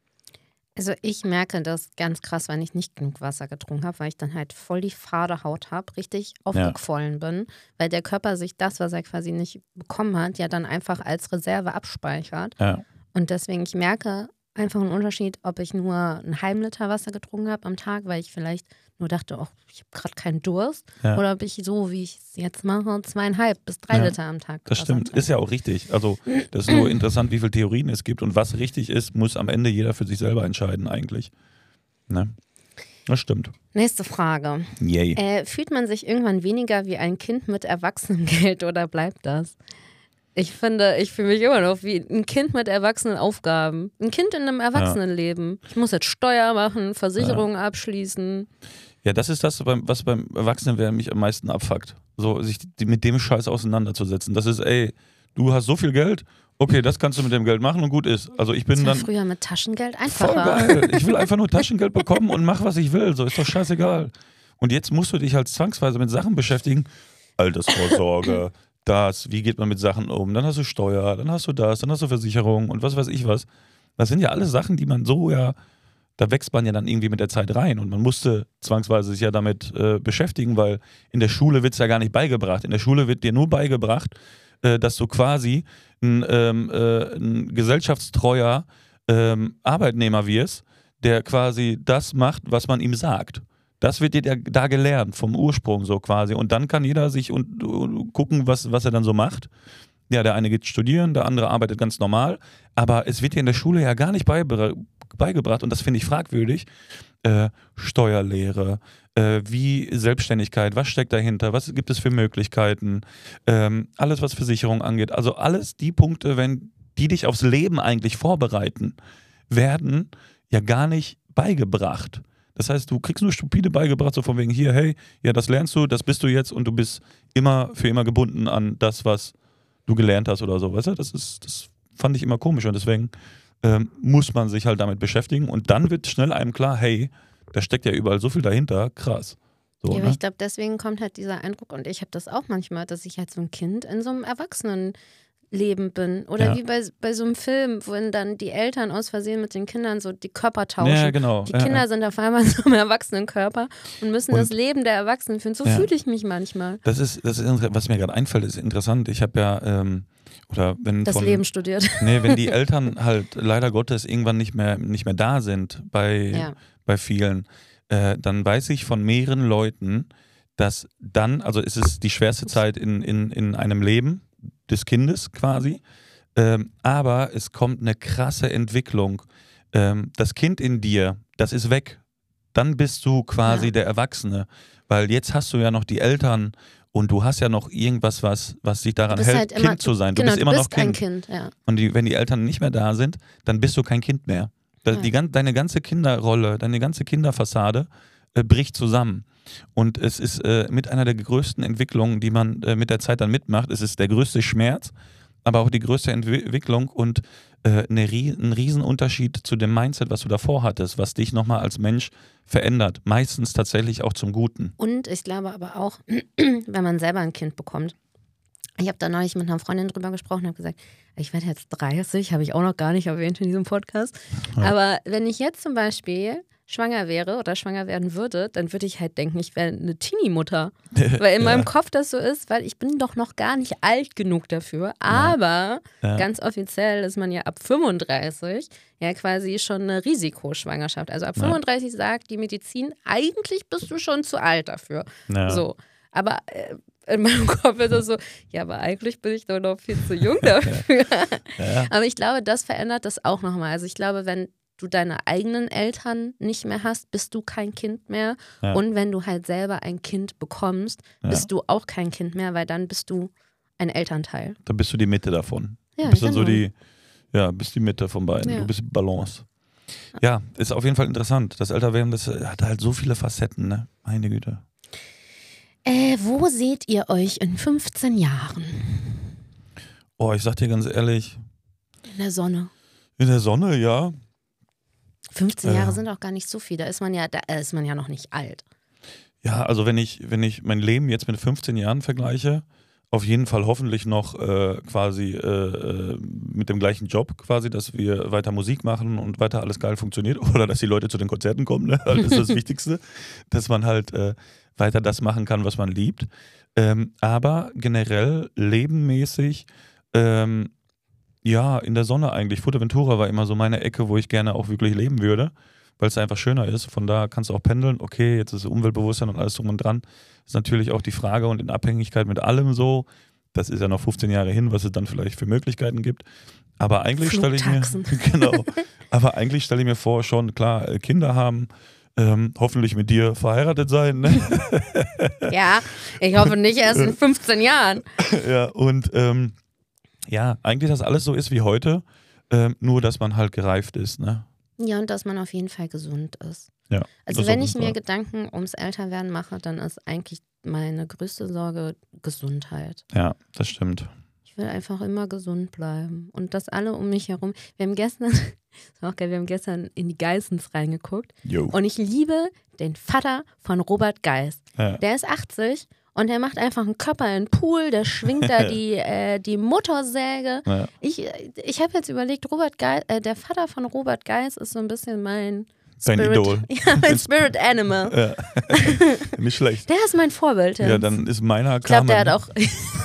Also ich merke das ganz krass, wenn ich nicht genug Wasser getrunken habe, weil ich dann halt voll die fade Haut habe, richtig aufgequollen bin, weil der Körper sich das, was er quasi nicht bekommen hat, ja dann einfach als Reserve abspeichert. Ja. Und deswegen, ich merke einfach einen Unterschied, ob ich nur einen halben Liter Wasser getrunken habe am Tag, weil ich vielleicht nur dachte, oh, ich habe gerade keinen Durst, Ja. oder ob ich so, wie ich es jetzt mache, zweieinhalb bis drei Ja, Liter am Tag Das Wasser stimmt, trinke. ist ja auch richtig. Also das ist nur interessant, wie viele Theorien es gibt und was richtig ist, muss am Ende jeder für sich selber entscheiden eigentlich. Ne? Das stimmt. Nächste Frage. Yay. Äh, fühlt man sich irgendwann weniger wie ein Kind mit Erwachsenengeld oder bleibt das? Ich finde, ich fühle mich immer noch wie ein Kind mit erwachsenen Aufgaben. Ein Kind in einem Erwachsenenleben. Ich muss jetzt Steuer machen, Versicherungen abschließen. Ja, das ist das, beim- was beim Erwachsenenwerden mich am meisten abfuckt. So, sich die, mit dem Scheiß auseinanderzusetzen. Das ist, ey, du hast so viel Geld, okay, das kannst du mit dem Geld machen und gut ist. Also ich bin Das war dann früher mit Taschengeld voll einfacher. geil. Ich will einfach nur Taschengeld bekommen und mach, was ich will. So ist doch scheißegal. Und jetzt musst du dich halt zwangsweise mit Sachen beschäftigen. Altersvorsorge, das, wie geht man mit Sachen um? Dann hast du Steuer, dann hast du das, dann hast du Versicherung und was weiß ich was. Das sind ja alles Sachen, die man so ja, da wächst man ja dann irgendwie mit der Zeit rein und man musste zwangsweise sich ja damit äh, beschäftigen, weil in der Schule wird es ja gar nicht beigebracht. In der Schule wird dir nur beigebracht, äh, dass du quasi ein, ähm, äh, ein gesellschaftstreuer ähm, Arbeitnehmer wirst, der quasi das macht, was man ihm sagt. Das wird dir da- da gelernt, vom Ursprung so quasi. Und dann kann jeder sich und, und gucken, was, was er dann so macht. Ja, der eine geht studieren, der andere arbeitet ganz normal. Aber es wird dir in der Schule ja gar nicht beibra- beigebracht. Und das finde ich fragwürdig. Äh, Steuerlehre, äh, wie Selbstständigkeit, was steckt dahinter, was gibt es für Möglichkeiten, ähm, alles, was Versicherung angeht. Also alles die Punkte, wenn die dich aufs Leben eigentlich vorbereiten, werden ja gar nicht beigebracht. Das heißt, du kriegst nur stupide beigebracht, so von wegen hier, hey, ja, das lernst du, das bist du jetzt und du bist immer für immer gebunden an das, was du gelernt hast oder so. Weißt du, das ist, das fand ich immer komisch und deswegen ähm, muss man sich halt damit beschäftigen und dann wird schnell einem klar, hey, da steckt ja überall so viel dahinter, krass. So, Ja, aber ne? ich glaube, deswegen kommt halt dieser Eindruck, und ich habe das auch manchmal, dass ich halt so ein Kind in so einem Erwachsenenleben bin. Oder Ja. wie bei, bei so einem Film, wo dann die Eltern aus Versehen mit den Kindern so die Körper tauschen. Ja, genau. Die Ja, Kinder ja. sind auf einmal in so einem Erwachsenenkörper und müssen Und- das Leben der Erwachsenen führen. So Ja. fühle ich mich manchmal. Das ist, das ist, inter- was mir gerade einfällt, ist interessant. Ich habe ja, ähm, oder wenn Das von, Leben studiert. nee, wenn die Eltern halt leider Gottes irgendwann nicht mehr, nicht mehr da sind bei, Ja. bei vielen, äh, dann weiß ich von mehreren Leuten, dass dann, also es ist die schwerste Zeit in, in, in einem Leben des Kindes quasi, ähm, aber es kommt eine krasse Entwicklung. Ähm, das Kind in dir, das ist weg. Dann bist du quasi Ja. der Erwachsene, weil jetzt hast du ja noch die Eltern und du hast ja noch irgendwas, was, was dich daran bist hält, halt immer- Kind zu sein. Du genau, bist immer du noch bist ein Kind. Kind, ja. Und die, wenn die Eltern nicht mehr da sind, dann bist du kein Kind mehr. Da, Ja. die, gan- deine ganze Kinderrolle, deine ganze Kinderfassade äh, bricht zusammen. Und es ist äh, mit einer der größten Entwicklungen, die man äh, mit der Zeit dann mitmacht. Es ist der größte Schmerz, aber auch die größte Entwicklung und äh, eine, ein Riesenunterschied zu dem Mindset, was du davor hattest, was dich nochmal als Mensch verändert. Meistens tatsächlich auch zum Guten. Und ich glaube aber auch, wenn man selber ein Kind bekommt. Ich habe da neulich mit einer Freundin drüber gesprochen und habe gesagt, ich werde jetzt dreißig, habe ich auch noch gar nicht erwähnt in diesem Podcast. Ja. Aber wenn ich jetzt zum Beispiel schwanger wäre oder schwanger werden würde, dann würde ich halt denken, ich wäre eine Teenie-Mutter. Weil in ja. meinem Kopf das so ist, weil ich bin doch noch gar nicht alt genug dafür. Aber ja. ganz offiziell ist man ja ab fünfunddreißig ja quasi schon eine Risikoschwangerschaft. Also ab fünfunddreißig ja. sagt die Medizin, eigentlich bist du schon zu alt dafür. Ja. So. Aber äh, in meinem Kopf ist es so, ja, aber eigentlich bin ich doch noch viel zu jung dafür. Ja. Aber ich glaube, das verändert das auch nochmal. Also ich glaube, wenn du deine eigenen Eltern nicht mehr hast, bist du kein Kind mehr. Ja. Und wenn du halt selber ein Kind bekommst, ja. bist du auch kein Kind mehr, weil dann bist du ein Elternteil. Dann bist du die Mitte davon. Ja, du bist genau. dann so die, ja, bist die Mitte von beiden. Ja. Du bist Balance. Ja, ist auf jeden Fall interessant. Das Älterwerden, das hat halt so viele Facetten, ne? Meine Güte. Äh, wo seht ihr euch in fünfzehn Jahren? Oh, ich sag dir ganz ehrlich. In der Sonne. In der Sonne, ja. fünfzehn äh. Jahre sind auch gar nicht so viel. Da ist man ja, da ist man ja noch nicht alt. Ja, also wenn ich, wenn ich mein Leben jetzt mit fünfzehn Jahren vergleiche, auf jeden Fall hoffentlich noch äh, quasi äh, mit dem gleichen Job quasi, dass wir weiter Musik machen und weiter alles geil funktioniert oder dass die Leute zu den Konzerten kommen, ne? Das ist das Wichtigste, dass man halt äh, weiter das machen kann, was man liebt. Ähm, aber generell lebenmäßig, ähm, ja, in der Sonne eigentlich. Fuerteventura war immer so meine Ecke, wo ich gerne auch wirklich leben würde, weil es einfach schöner ist. Von da kannst du auch pendeln. Okay, jetzt ist Umweltbewusstsein und alles drum und dran. Ist natürlich auch die Frage und in Abhängigkeit mit allem so. Das ist ja noch fünfzehn Jahre hin, was es dann vielleicht für Möglichkeiten gibt. Aber eigentlich stelle ich mir, genau, aber eigentlich stelle ich mir vor, schon klar, Kinder haben, Ähm, hoffentlich mit dir verheiratet sein. Ne? Ja, ich hoffe nicht erst in fünfzehn Jahren. Ja, und ähm, ja, eigentlich, dass alles so ist wie heute, ähm, nur dass man halt gereift ist. Ne? Ja, und dass man auf jeden Fall gesund ist. Ja, also wenn ich mir Gedanken ums Älterwerden mache, dann ist eigentlich meine größte Sorge Gesundheit. Ja, das stimmt. Ich will einfach immer gesund bleiben. Und dass alle um mich herum. Wir haben gestern, das war auch geil, wir haben gestern in die Geissens reingeguckt. Yo. Und ich liebe den Vater von Robert Geiss. Ja. Der ist achtzig und der macht einfach einen Körper in den Pool, der schwingt da die, äh, die Motorsäge. Ja. Ich, ich habe jetzt überlegt, Robert Geiss, äh, der Vater von Robert Geiss ist so ein bisschen mein Dein Spirit, Idol. Ja, mein Spirit Animal. Ja. Nicht schlecht. Der ist mein Vorbild. Ja, dann ist meiner Ich glaube, der hat auch...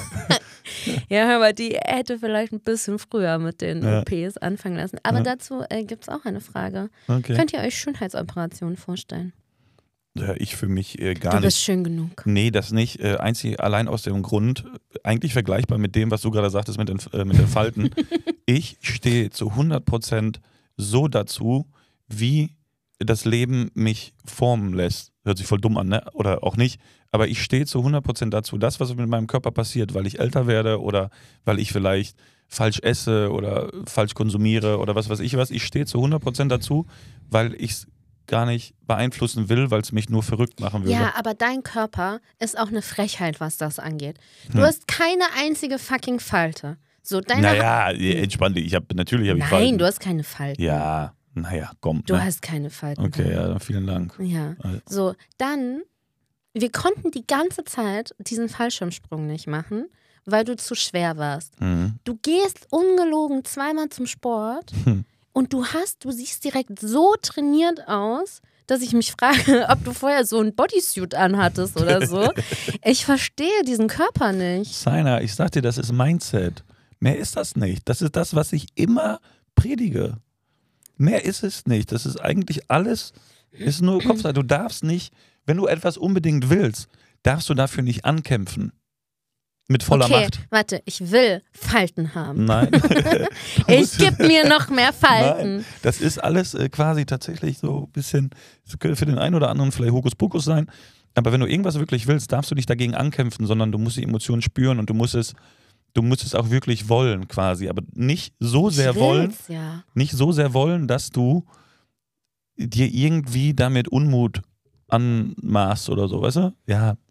Ja, aber die hätte vielleicht ein bisschen früher mit den ja. O Ps anfangen lassen. Aber ja. dazu äh, gibt es auch eine Frage. Okay. Könnt ihr euch Schönheitsoperationen vorstellen? Ja, ich für mich äh, gar nicht. Du nicht. bist schön genug. Nee, das nicht. Äh, einzig allein aus dem Grund, eigentlich vergleichbar mit dem, was du gerade sagtest mit den, äh, mit den Falten. Ich stehe zu hundert Prozent so dazu, wie das Leben mich formen lässt. Hört sich voll dumm an, ne? Oder auch nicht. Aber ich stehe zu hundert Prozent dazu, das, was mit meinem Körper passiert, weil ich älter werde oder weil ich vielleicht falsch esse oder falsch konsumiere oder was weiß ich was. Ich stehe zu hundert Prozent dazu, weil ich es gar nicht beeinflussen will, weil es mich nur verrückt machen würde. Ja, aber dein Körper ist auch eine Frechheit, was das angeht. Du Hm. hast keine einzige fucking Falte. So, deine Naja, entspann dich. Ich hab, natürlich habe ich Nein, Falten. du hast keine Falten. Ja, naja, komm. Du ne? hast keine Falten. Okay, ja, dann vielen Dank. Ja. Also. So, dann, wir konnten die ganze Zeit diesen Fallschirmsprung nicht machen, weil du zu schwer warst. Mhm. Du gehst ungelogen zweimal zum Sport Hm. und du hast, du siehst direkt so trainiert aus, dass ich mich frage, ob du vorher so ein Bodysuit anhattest oder so. Ich verstehe diesen Körper nicht. Saina, ich sag dir, das ist Mindset. Mehr ist das nicht. Das ist das, was ich immer predige. Mehr ist es nicht. Das ist eigentlich alles, ist nur Kopfsache. Du darfst nicht, wenn du etwas unbedingt willst, darfst du dafür nicht ankämpfen. Mit voller okay, Macht. Warte, ich will Falten haben. Nein. Ich gebe mir noch mehr Falten. Nein, das ist alles äh, quasi tatsächlich so ein bisschen, das könnte für den einen oder anderen vielleicht Hokuspokus sein, aber wenn du irgendwas wirklich willst, darfst du nicht dagegen ankämpfen, sondern du musst die Emotionen spüren und du musst es, du musst es auch wirklich wollen quasi, aber nicht so sehr ich wollen, will's, ja. nicht so sehr wollen, dass du dir irgendwie damit Unmut anmaßt oder so, weißt du? Ja,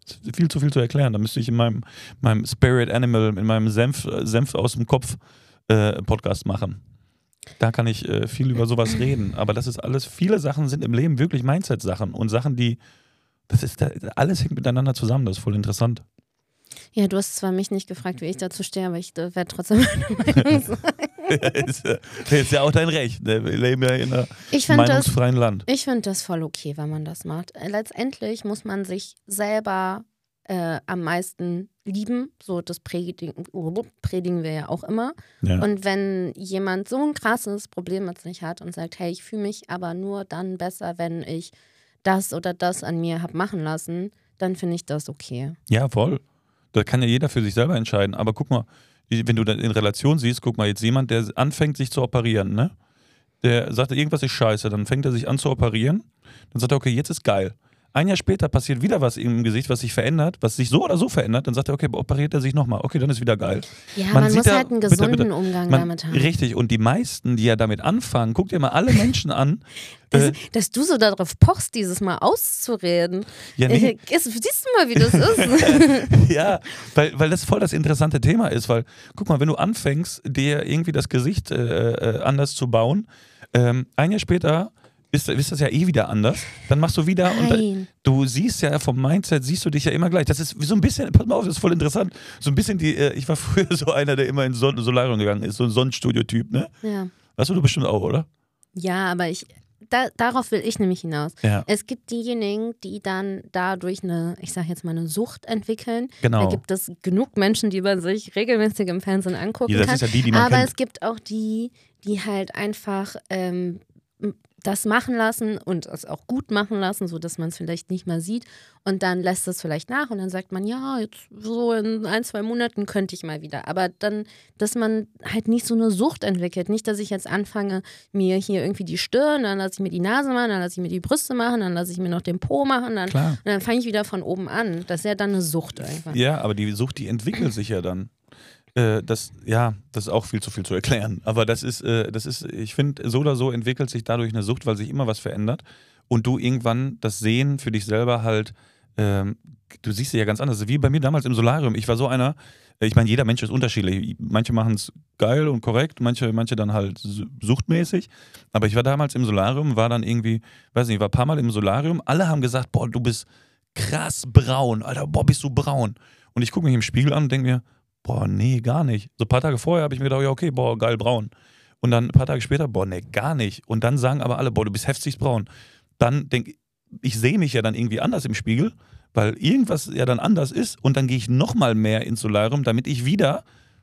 viel zu viel zu erklären. Da müsste ich in meinem, meinem Spirit Animal, in meinem Senf, Senf aus dem Kopf äh, Podcast machen. Da kann ich äh, viel über sowas reden. Aber das ist alles, viele Sachen sind im Leben wirklich Mindset-Sachen und Sachen, die, das ist, alles hängt miteinander zusammen. Das ist voll interessant. Ja, du hast zwar mich nicht gefragt, wie ich dazu stehe, aber ich äh, werde trotzdem meine Meinung sagen. ist, äh, ist ja auch dein Recht. Ne? Wir leben ja in einem Ich find meinungsfreien das, Land. Ich finde das voll okay, wenn man das macht. Letztendlich muss man sich selber äh, am meisten lieben. So, das predigen, predigen wir ja auch immer. Ja. Und wenn jemand so ein krasses Problem mit sich hat und sagt, hey, ich fühle mich aber nur dann besser, wenn ich das oder das an mir habe machen lassen, dann finde ich das okay. Ja, voll. Da kann ja jeder für sich selber entscheiden. Aber guck mal, wenn du dann in Relation siehst, guck mal, jetzt jemand, der anfängt, sich zu operieren, ne? Der sagt, irgendwas ist scheiße, dann fängt er sich an zu operieren. Dann sagt er, okay, jetzt ist geil. Ein Jahr später passiert wieder was im Gesicht, was sich verändert, was sich so oder so verändert. Dann sagt er, okay, operiert er sich nochmal. Okay, dann ist wieder geil. Ja, man, man muss ja, halt einen gesunden bitte, bitte, Umgang man, damit haben. Richtig, und die meisten, die ja damit anfangen, guck dir mal alle Menschen an. Das, äh, dass du so darauf pochst, dieses Mal auszureden. Ja, nee. äh, siehst du mal, wie das ist? Ja, weil, weil das voll das interessante Thema ist. Weil, guck mal, wenn du anfängst, dir irgendwie das Gesicht äh, äh, anders zu bauen, ähm, ein Jahr später ist, ist das ja eh wieder anders. Dann machst du wieder Nein. und da, du siehst ja vom Mindset, siehst du dich ja immer gleich. Das ist so ein bisschen, pass mal auf, das ist voll interessant. So ein bisschen die, äh, ich war früher so einer, der immer ins Son- Solarium gegangen ist, so ein Sonnenstudio-Typ, ne? Ja. Weißt du, du bestimmt auch, oder? Ja, aber ich, da, darauf will ich nämlich hinaus. Ja. Es gibt diejenigen, die dann dadurch eine, ich sag jetzt mal, eine Sucht entwickeln. Genau. Da gibt es genug Menschen, die man sich regelmäßig im Fernsehen angucken Ja, das kann. ist ja die, die man aber kennt. es gibt auch die, die halt einfach ähm, das machen lassen und es auch gut machen lassen, sodass man es vielleicht nicht mal sieht und dann lässt es vielleicht nach und dann sagt man, ja, jetzt so in ein, zwei Monaten könnte ich mal wieder. Aber dann, dass man halt nicht so eine Sucht entwickelt. Nicht, dass ich jetzt anfange, mir hier irgendwie die Stirn, dann lasse ich mir die Nase machen, dann lasse ich mir die Brüste machen, dann lasse ich mir noch den Po machen, dann, Klar. und dann fange ich wieder von oben an. Das ist ja dann eine Sucht einfach. Ja, aber die Sucht, die entwickelt sich ja dann. Äh, das, ja, das ist auch viel zu viel zu erklären. Aber das ist, äh, das ist, ich finde, so oder so entwickelt sich dadurch eine Sucht, weil sich immer was verändert und du irgendwann das Sehen für dich selber halt, ähm, du siehst dich ja ganz anders. Wie bei mir damals im Solarium. Ich war so einer, ich meine, jeder Mensch ist unterschiedlich. Manche machen es geil und korrekt, manche, manche dann halt suchtmäßig. Aber ich war damals im Solarium, war dann irgendwie, weiß nicht, war ein paar Mal im Solarium. Alle haben gesagt, boah, du bist krass braun, Alter, boah, bist du braun. Und ich gucke mich im Spiegel an und denke mir, boah, nee, gar nicht. So ein paar Tage vorher habe ich mir gedacht, ja, okay, boah, geil, braun. Und dann ein paar Tage später, boah, nee, gar nicht. Und dann sagen aber alle, boah, du bist heftigst braun. Dann denke ich, ich sehe mich ja dann irgendwie anders im Spiegel, weil irgendwas ja dann anders ist und dann gehe ich nochmal mehr ins Solarium, damit ich wieder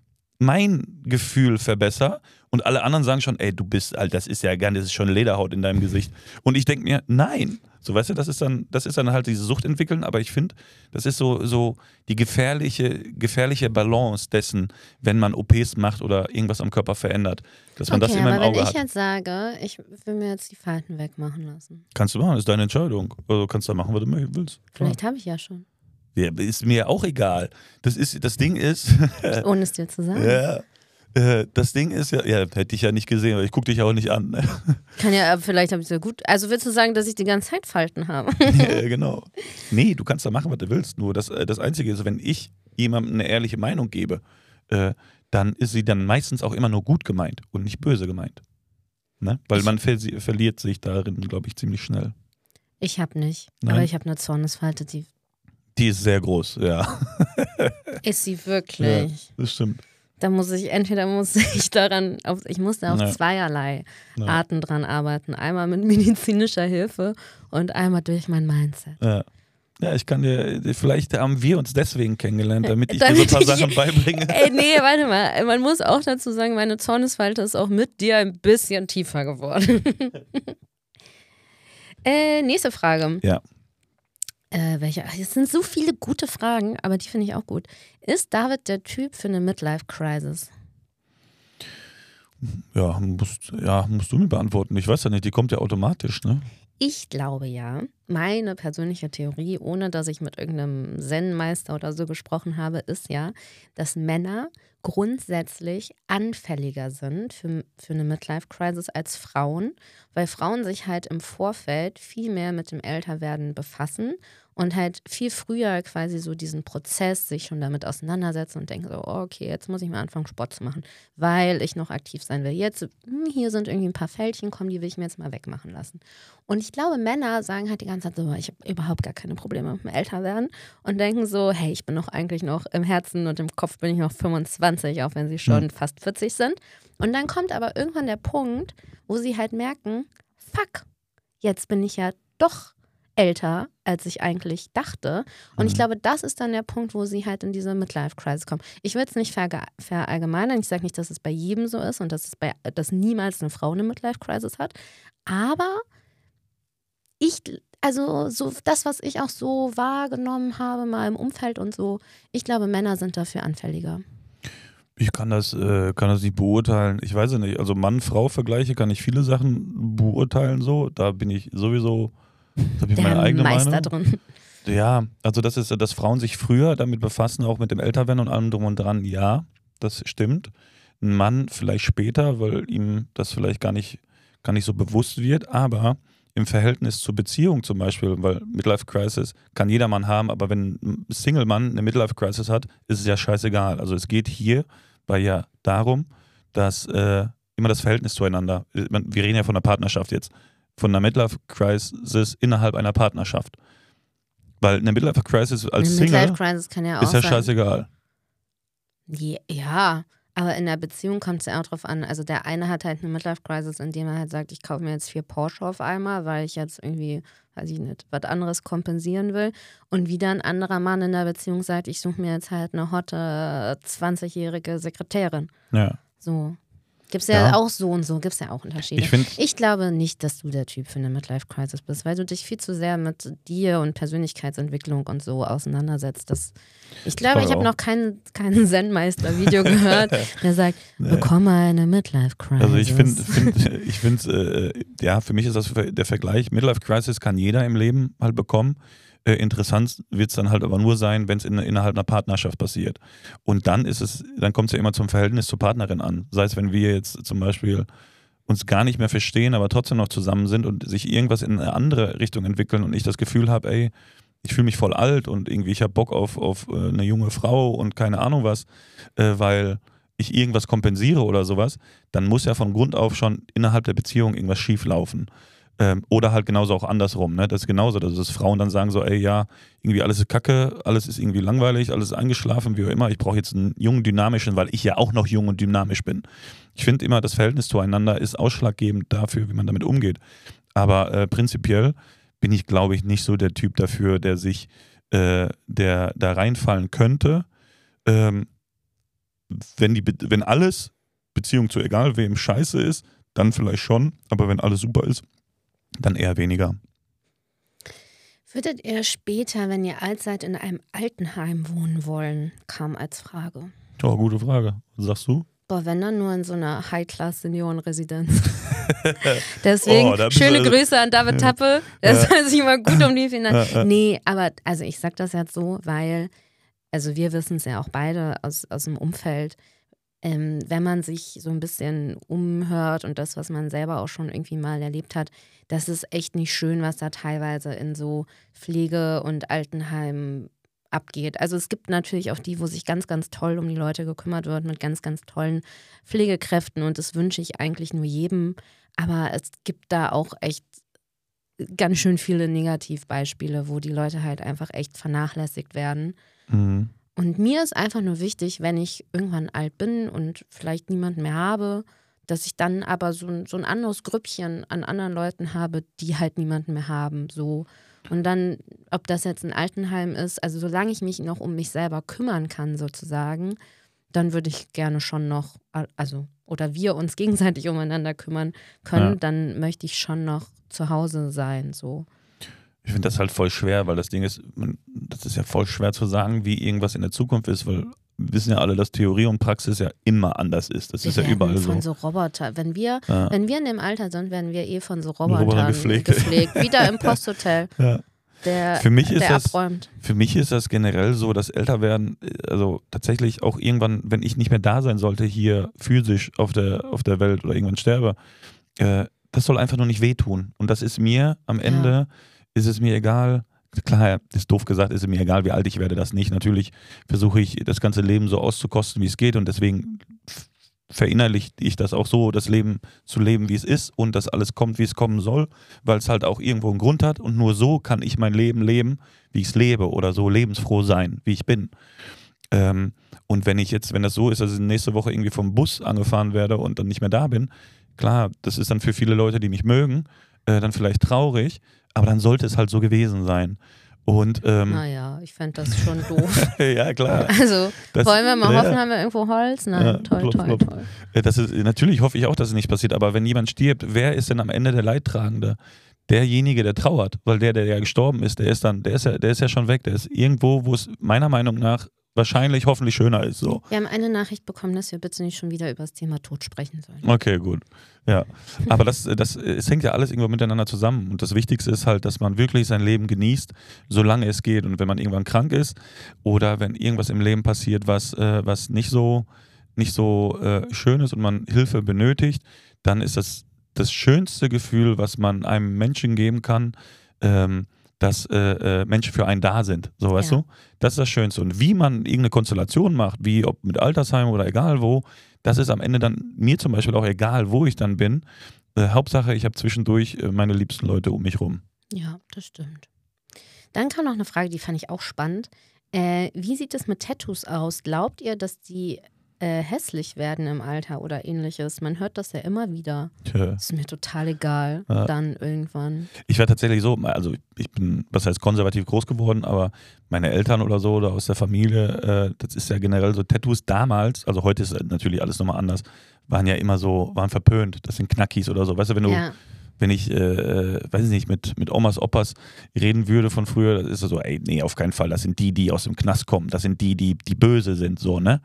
mein Gefühl verbessere und alle anderen sagen schon, ey, du bist, Alter, das ist ja gar nicht, das ist schon Lederhaut in deinem Gesicht. Und ich denke mir, nein. So, weißt du, das ist dann, das ist dann halt diese Sucht entwickeln, aber ich finde, das ist so, so die gefährliche, gefährliche Balance dessen, wenn man O Ps macht oder irgendwas am Körper verändert, dass man okay, das immer im aber Auge wenn hat. ich jetzt sage, ich will mir jetzt die Falten wegmachen lassen. Kannst du machen, das ist deine Entscheidung. Also kannst du machen, was du willst. Klar. Vielleicht habe ich ja schon. Ja, ist mir auch egal. Das, ist, das Ding ist, Ohne es dir zu sagen. ja, äh, das Ding ist ja, ja, hätte ich ja nicht gesehen, aber ich gucke dich ja auch nicht an. Ne? Kann ja, vielleicht habe ich es ja gut. Also willst du sagen, dass ich die ganze Zeit Falten habe? Ja, genau. Nee, du kannst da machen, was du willst. Nur das, das Einzige ist, wenn ich jemandem eine ehrliche Meinung gebe, äh, dann ist sie dann meistens auch immer nur gut gemeint und nicht böse gemeint. Ne? Weil man ver verliert sich darin, glaube ich, ziemlich schnell. Ich habe nicht. Nein? Aber ich habe eine Zornesfalte, die. Die ist sehr groß, ja. Ist sie wirklich? Ja, das stimmt. Da muss ich, entweder muss ich daran, auf, ich muss da auf Ja. zweierlei Ja. Arten dran arbeiten. Einmal mit medizinischer Hilfe und einmal durch mein Mindset. Ja. Ja, ich kann dir, vielleicht haben wir uns deswegen kennengelernt, damit ich Damit dir so ein paar ich- Sachen beibringe. Ey, nee, warte mal. Man muss auch dazu sagen, meine Zornesfalte ist auch mit dir ein bisschen tiefer geworden. äh, nächste Frage. Ja. Äh, welche? Ach, es sind so viele gute Fragen, aber die finde ich auch gut. Ist David der Typ für eine Midlife-Crisis? Ja musst, ja, musst du mir beantworten. Ich weiß ja nicht, die kommt ja automatisch, ne? Ich glaube ja. Meine persönliche Theorie, ohne dass ich mit irgendeinem Zen-Meister oder so gesprochen habe, ist ja, dass Männer grundsätzlich anfälliger sind für, für eine Midlife-Crisis als Frauen, weil Frauen sich halt im Vorfeld viel mehr mit dem Älterwerden befassen und halt viel früher quasi so diesen Prozess sich schon damit auseinandersetzen und denken so, oh, okay, jetzt muss ich mal anfangen, Sport zu machen, weil ich noch aktiv sein will. Jetzt, hm, hier sind irgendwie ein paar Fältchen, kommen, die will ich mir jetzt mal wegmachen lassen. Und ich glaube, Männer sagen halt die ganze Zeit so, ich habe überhaupt gar keine Probleme mit dem Älterwerden und denken so, hey, ich bin noch eigentlich noch im Herzen und im Kopf bin ich noch fünfundzwanzig, auch wenn sie schon mhm. fast vierzig sind. Und dann kommt aber irgendwann der Punkt, wo sie halt merken, fuck, jetzt bin ich ja doch älter, als ich eigentlich dachte. Und mhm. ich glaube, das ist dann der Punkt, wo sie halt in diese Midlife-Crisis kommen. Ich will es nicht verge- verallgemeinern. Ich sage nicht, dass es bei jedem so ist und dass, es bei, dass niemals eine Frau eine Midlife-Crisis hat. Aber ich, also so das, was ich auch so wahrgenommen habe, mal im Umfeld und so, ich glaube, Männer sind dafür anfälliger. Ich kann das, äh, kann das nicht beurteilen. Ich weiß ja nicht. Also Mann-Frau-Vergleiche kann ich viele Sachen beurteilen so. Da bin ich sowieso, da habe ich der meine eigene Meister Meinung. drin. Ja, also das ist, dass Frauen sich früher damit befassen, auch mit dem Älterwerden und allem drum und dran. Ja, das stimmt. Ein Mann vielleicht später, weil ihm das vielleicht gar nicht, gar nicht so bewusst wird. Aber im Verhältnis zur Beziehung zum Beispiel, weil Midlife-Crisis kann jeder Mann haben, aber wenn ein Single-Mann eine Midlife-Crisis hat, ist es ja scheißegal. Also es geht hier bei ja darum, dass äh, immer das Verhältnis zueinander, wir reden ja von einer Partnerschaft jetzt, von einer Midlife-Crisis innerhalb einer Partnerschaft. Weil eine Midlife-Crisis als eine Single Midlife-Crisis kann ja auch ist ja sein. scheißegal. Ja, aber in der Beziehung kommt es ja auch drauf an. Also der eine hat halt eine Midlife-Crisis, indem er halt sagt, ich kaufe mir jetzt vier Porsche auf einmal, weil ich jetzt irgendwie, weiß ich nicht, was anderes kompensieren will. Und wieder ein anderer Mann in der Beziehung sagt, ich suche mir jetzt halt eine hotte zwanzigjährige Sekretärin. Ja. So. Gibt's ja, Ja. auch so und so, gibt's ja auch Unterschiede. Ich, find, ich glaube nicht, dass du der Typ für eine Midlife-Crisis bist, weil du dich viel zu sehr mit dir und Persönlichkeitsentwicklung und so auseinandersetzt. Das, ich glaube, ich habe noch kein, kein Zen-Meister-Video gehört, der sagt, Nee. bekomme eine Midlife-Crisis. Also ich finde, find, ich finde, äh, ja, für mich ist das der Vergleich, Midlife-Crisis kann jeder im Leben halt bekommen. Äh, interessant wird es dann halt aber nur sein, wenn es in, innerhalb einer Partnerschaft passiert. Und dann ist es, dann kommt es ja immer zum Verhältnis zur Partnerin an. Sei es, wenn wir jetzt zum Beispiel uns gar nicht mehr verstehen, aber trotzdem noch zusammen sind und sich irgendwas in eine andere Richtung entwickeln und ich das Gefühl habe, ey, ich fühle mich voll alt und irgendwie ich habe Bock auf, auf äh, eine junge Frau und keine Ahnung was, äh, weil ich irgendwas kompensiere oder sowas, dann muss ja von Grund auf schon innerhalb der Beziehung irgendwas schief laufen. Ähm, oder halt genauso auch andersrum, ne? Das ist genauso, dass, dass Frauen dann sagen so, ey, ja, irgendwie alles ist kacke, alles ist irgendwie langweilig, alles ist eingeschlafen, wie auch immer. Ich brauche jetzt einen jungen, dynamischen, weil ich ja auch noch jung und dynamisch bin. Ich finde immer, das Verhältnis zueinander ist ausschlaggebend dafür, wie man damit umgeht. Aber äh, prinzipiell bin ich, glaube ich, nicht so der Typ dafür, der sich, äh, der da reinfallen könnte. Ähm, wenn, die, wenn alles, Beziehung zu egal wem, scheiße ist, dann vielleicht schon, aber wenn alles super ist, dann eher weniger. Würdet ihr später, wenn ihr alt seid, in einem Altenheim wohnen wollen? Kam als Frage. Oh, gute Frage. Was sagst du? Boah, wenn dann nur in so einer High-Class-Seniorenresidenz. Deswegen Oh, da bist schöne du- Grüße an David Tappe. Das Ja. weiß ich immer gut um die Finanzen. Ja, ja. Nee, aber also ich sag das jetzt so, weil, also wir wissen es ja auch beide aus, aus dem Umfeld, ähm, wenn man sich so ein bisschen umhört und das, was man selber auch schon irgendwie mal erlebt hat, das ist echt nicht schön, was da teilweise in so Pflege- und Altenheimen abgeht. Also es gibt natürlich auch die, wo sich ganz, ganz toll um die Leute gekümmert wird, mit ganz, ganz tollen Pflegekräften und das wünsche ich eigentlich nur jedem. Aber es gibt da auch echt ganz schön viele Negativbeispiele, wo die Leute halt einfach echt vernachlässigt werden. Mhm. Und mir ist einfach nur wichtig, wenn ich irgendwann alt bin und vielleicht niemanden mehr habe, dass ich dann aber so ein, so ein anderes Grüppchen an anderen Leuten habe, die halt niemanden mehr haben. So. Und dann, ob das jetzt ein Altenheim ist, also solange ich mich noch um mich selber kümmern kann sozusagen, dann würde ich gerne schon noch, also oder wir uns gegenseitig umeinander kümmern können, Ja. dann möchte ich schon noch zu Hause sein. So. Ich finde das halt voll schwer, weil das Ding ist, man, das ist ja voll schwer zu sagen, wie irgendwas in der Zukunft ist, weil wir wissen ja alle, dass Theorie und Praxis ja immer anders ist. Das Wir ist ja werden überall von so. so Roboter. Wenn wir, Ja. wenn wir in dem Alter sind, werden wir eh von so Robotern Robotern gepflegt. gepflegt. Wieder im Posthotel, Ja. der, Für mich ist der das- abräumt. Für mich ist das generell so, dass Älterwerden, also tatsächlich auch irgendwann, wenn ich nicht mehr da sein sollte, hier physisch auf der, auf der Welt oder irgendwann sterbe, äh, das soll einfach nur nicht wehtun. Und das ist mir am Ende, ist es mir egal, klar, ist doof gesagt, ist mir egal, wie alt ich werde, das nicht. Natürlich versuche ich, das ganze Leben so auszukosten, wie es geht und deswegen verinnerliche ich das auch so, das Leben zu leben, wie es ist und dass alles kommt, wie es kommen soll, weil es halt auch irgendwo einen Grund hat und nur so kann ich mein Leben leben, wie ich es lebe oder so lebensfroh sein, wie ich bin. Ähm, und wenn ich jetzt, wenn das so ist, dass ich nächste Woche irgendwie vom Bus angefahren werde und dann nicht mehr da bin, klar, das ist dann für viele Leute, die mich mögen, äh, dann vielleicht traurig, aber dann sollte es halt so gewesen sein. Und, ähm, naja, ich fände das schon doof. ja, klar. Also, das, wollen wir mal ja, hoffen, haben wir irgendwo Holz? Nein, ja, toll, klopf, toll, klopf. toll. Das ist, natürlich hoffe ich auch, dass es nicht passiert, aber wenn jemand stirbt, wer ist denn am Ende der Leidtragende? Derjenige, der trauert, weil der, der ja gestorben ist, der ist dann, der ist ja, der ist ja schon weg, der ist irgendwo, wo es meiner Meinung nach wahrscheinlich hoffentlich schöner ist. So. Wir haben eine Nachricht bekommen, dass wir bitte nicht schon wieder über das Thema Tod sprechen sollen. Okay, gut. Ja. Aber das, das, es hängt ja alles irgendwo miteinander zusammen. Und das Wichtigste ist halt, dass man wirklich sein Leben genießt, solange es geht. Und wenn man irgendwann krank ist oder wenn irgendwas im Leben passiert, was, äh, was nicht so, nicht so äh, schön ist und man Hilfe benötigt, dann ist das das schönste Gefühl, was man einem Menschen geben kann, ähm, dass äh, äh, Menschen für einen da sind. So, weißt Ja. du? Das ist das Schönste. Und wie man irgendeine Konstellation macht, wie ob mit Altersheim oder egal wo, das ist am Ende dann mir zum Beispiel auch egal, wo ich dann bin. Äh, Hauptsache, ich habe zwischendurch äh, meine liebsten Leute um mich rum. Ja, das stimmt. Dann kam noch eine Frage, die fand ich auch spannend. Äh, wie sieht es mit Tattoos aus? Glaubt ihr, dass die äh, hässlich werden im Alter oder ähnliches? Man hört das ja immer wieder. Tja. Das ist mir total egal. Ja. Dann irgendwann. Ich war tatsächlich so, also ich bin, was heißt konservativ groß geworden, aber meine Eltern oder so oder aus der Familie, äh, das ist ja generell so, Tattoos damals, also heute ist natürlich alles nochmal anders, waren ja immer so, waren verpönt, das sind Knackis oder so, weißt du, wenn du, Ja. wenn ich, äh, weiß ich nicht, mit, mit Omas, Opas reden würde von früher, das ist so, ey, nee, auf keinen Fall, das sind die, die aus dem Knast kommen, das sind die, die, die böse sind, so, ne?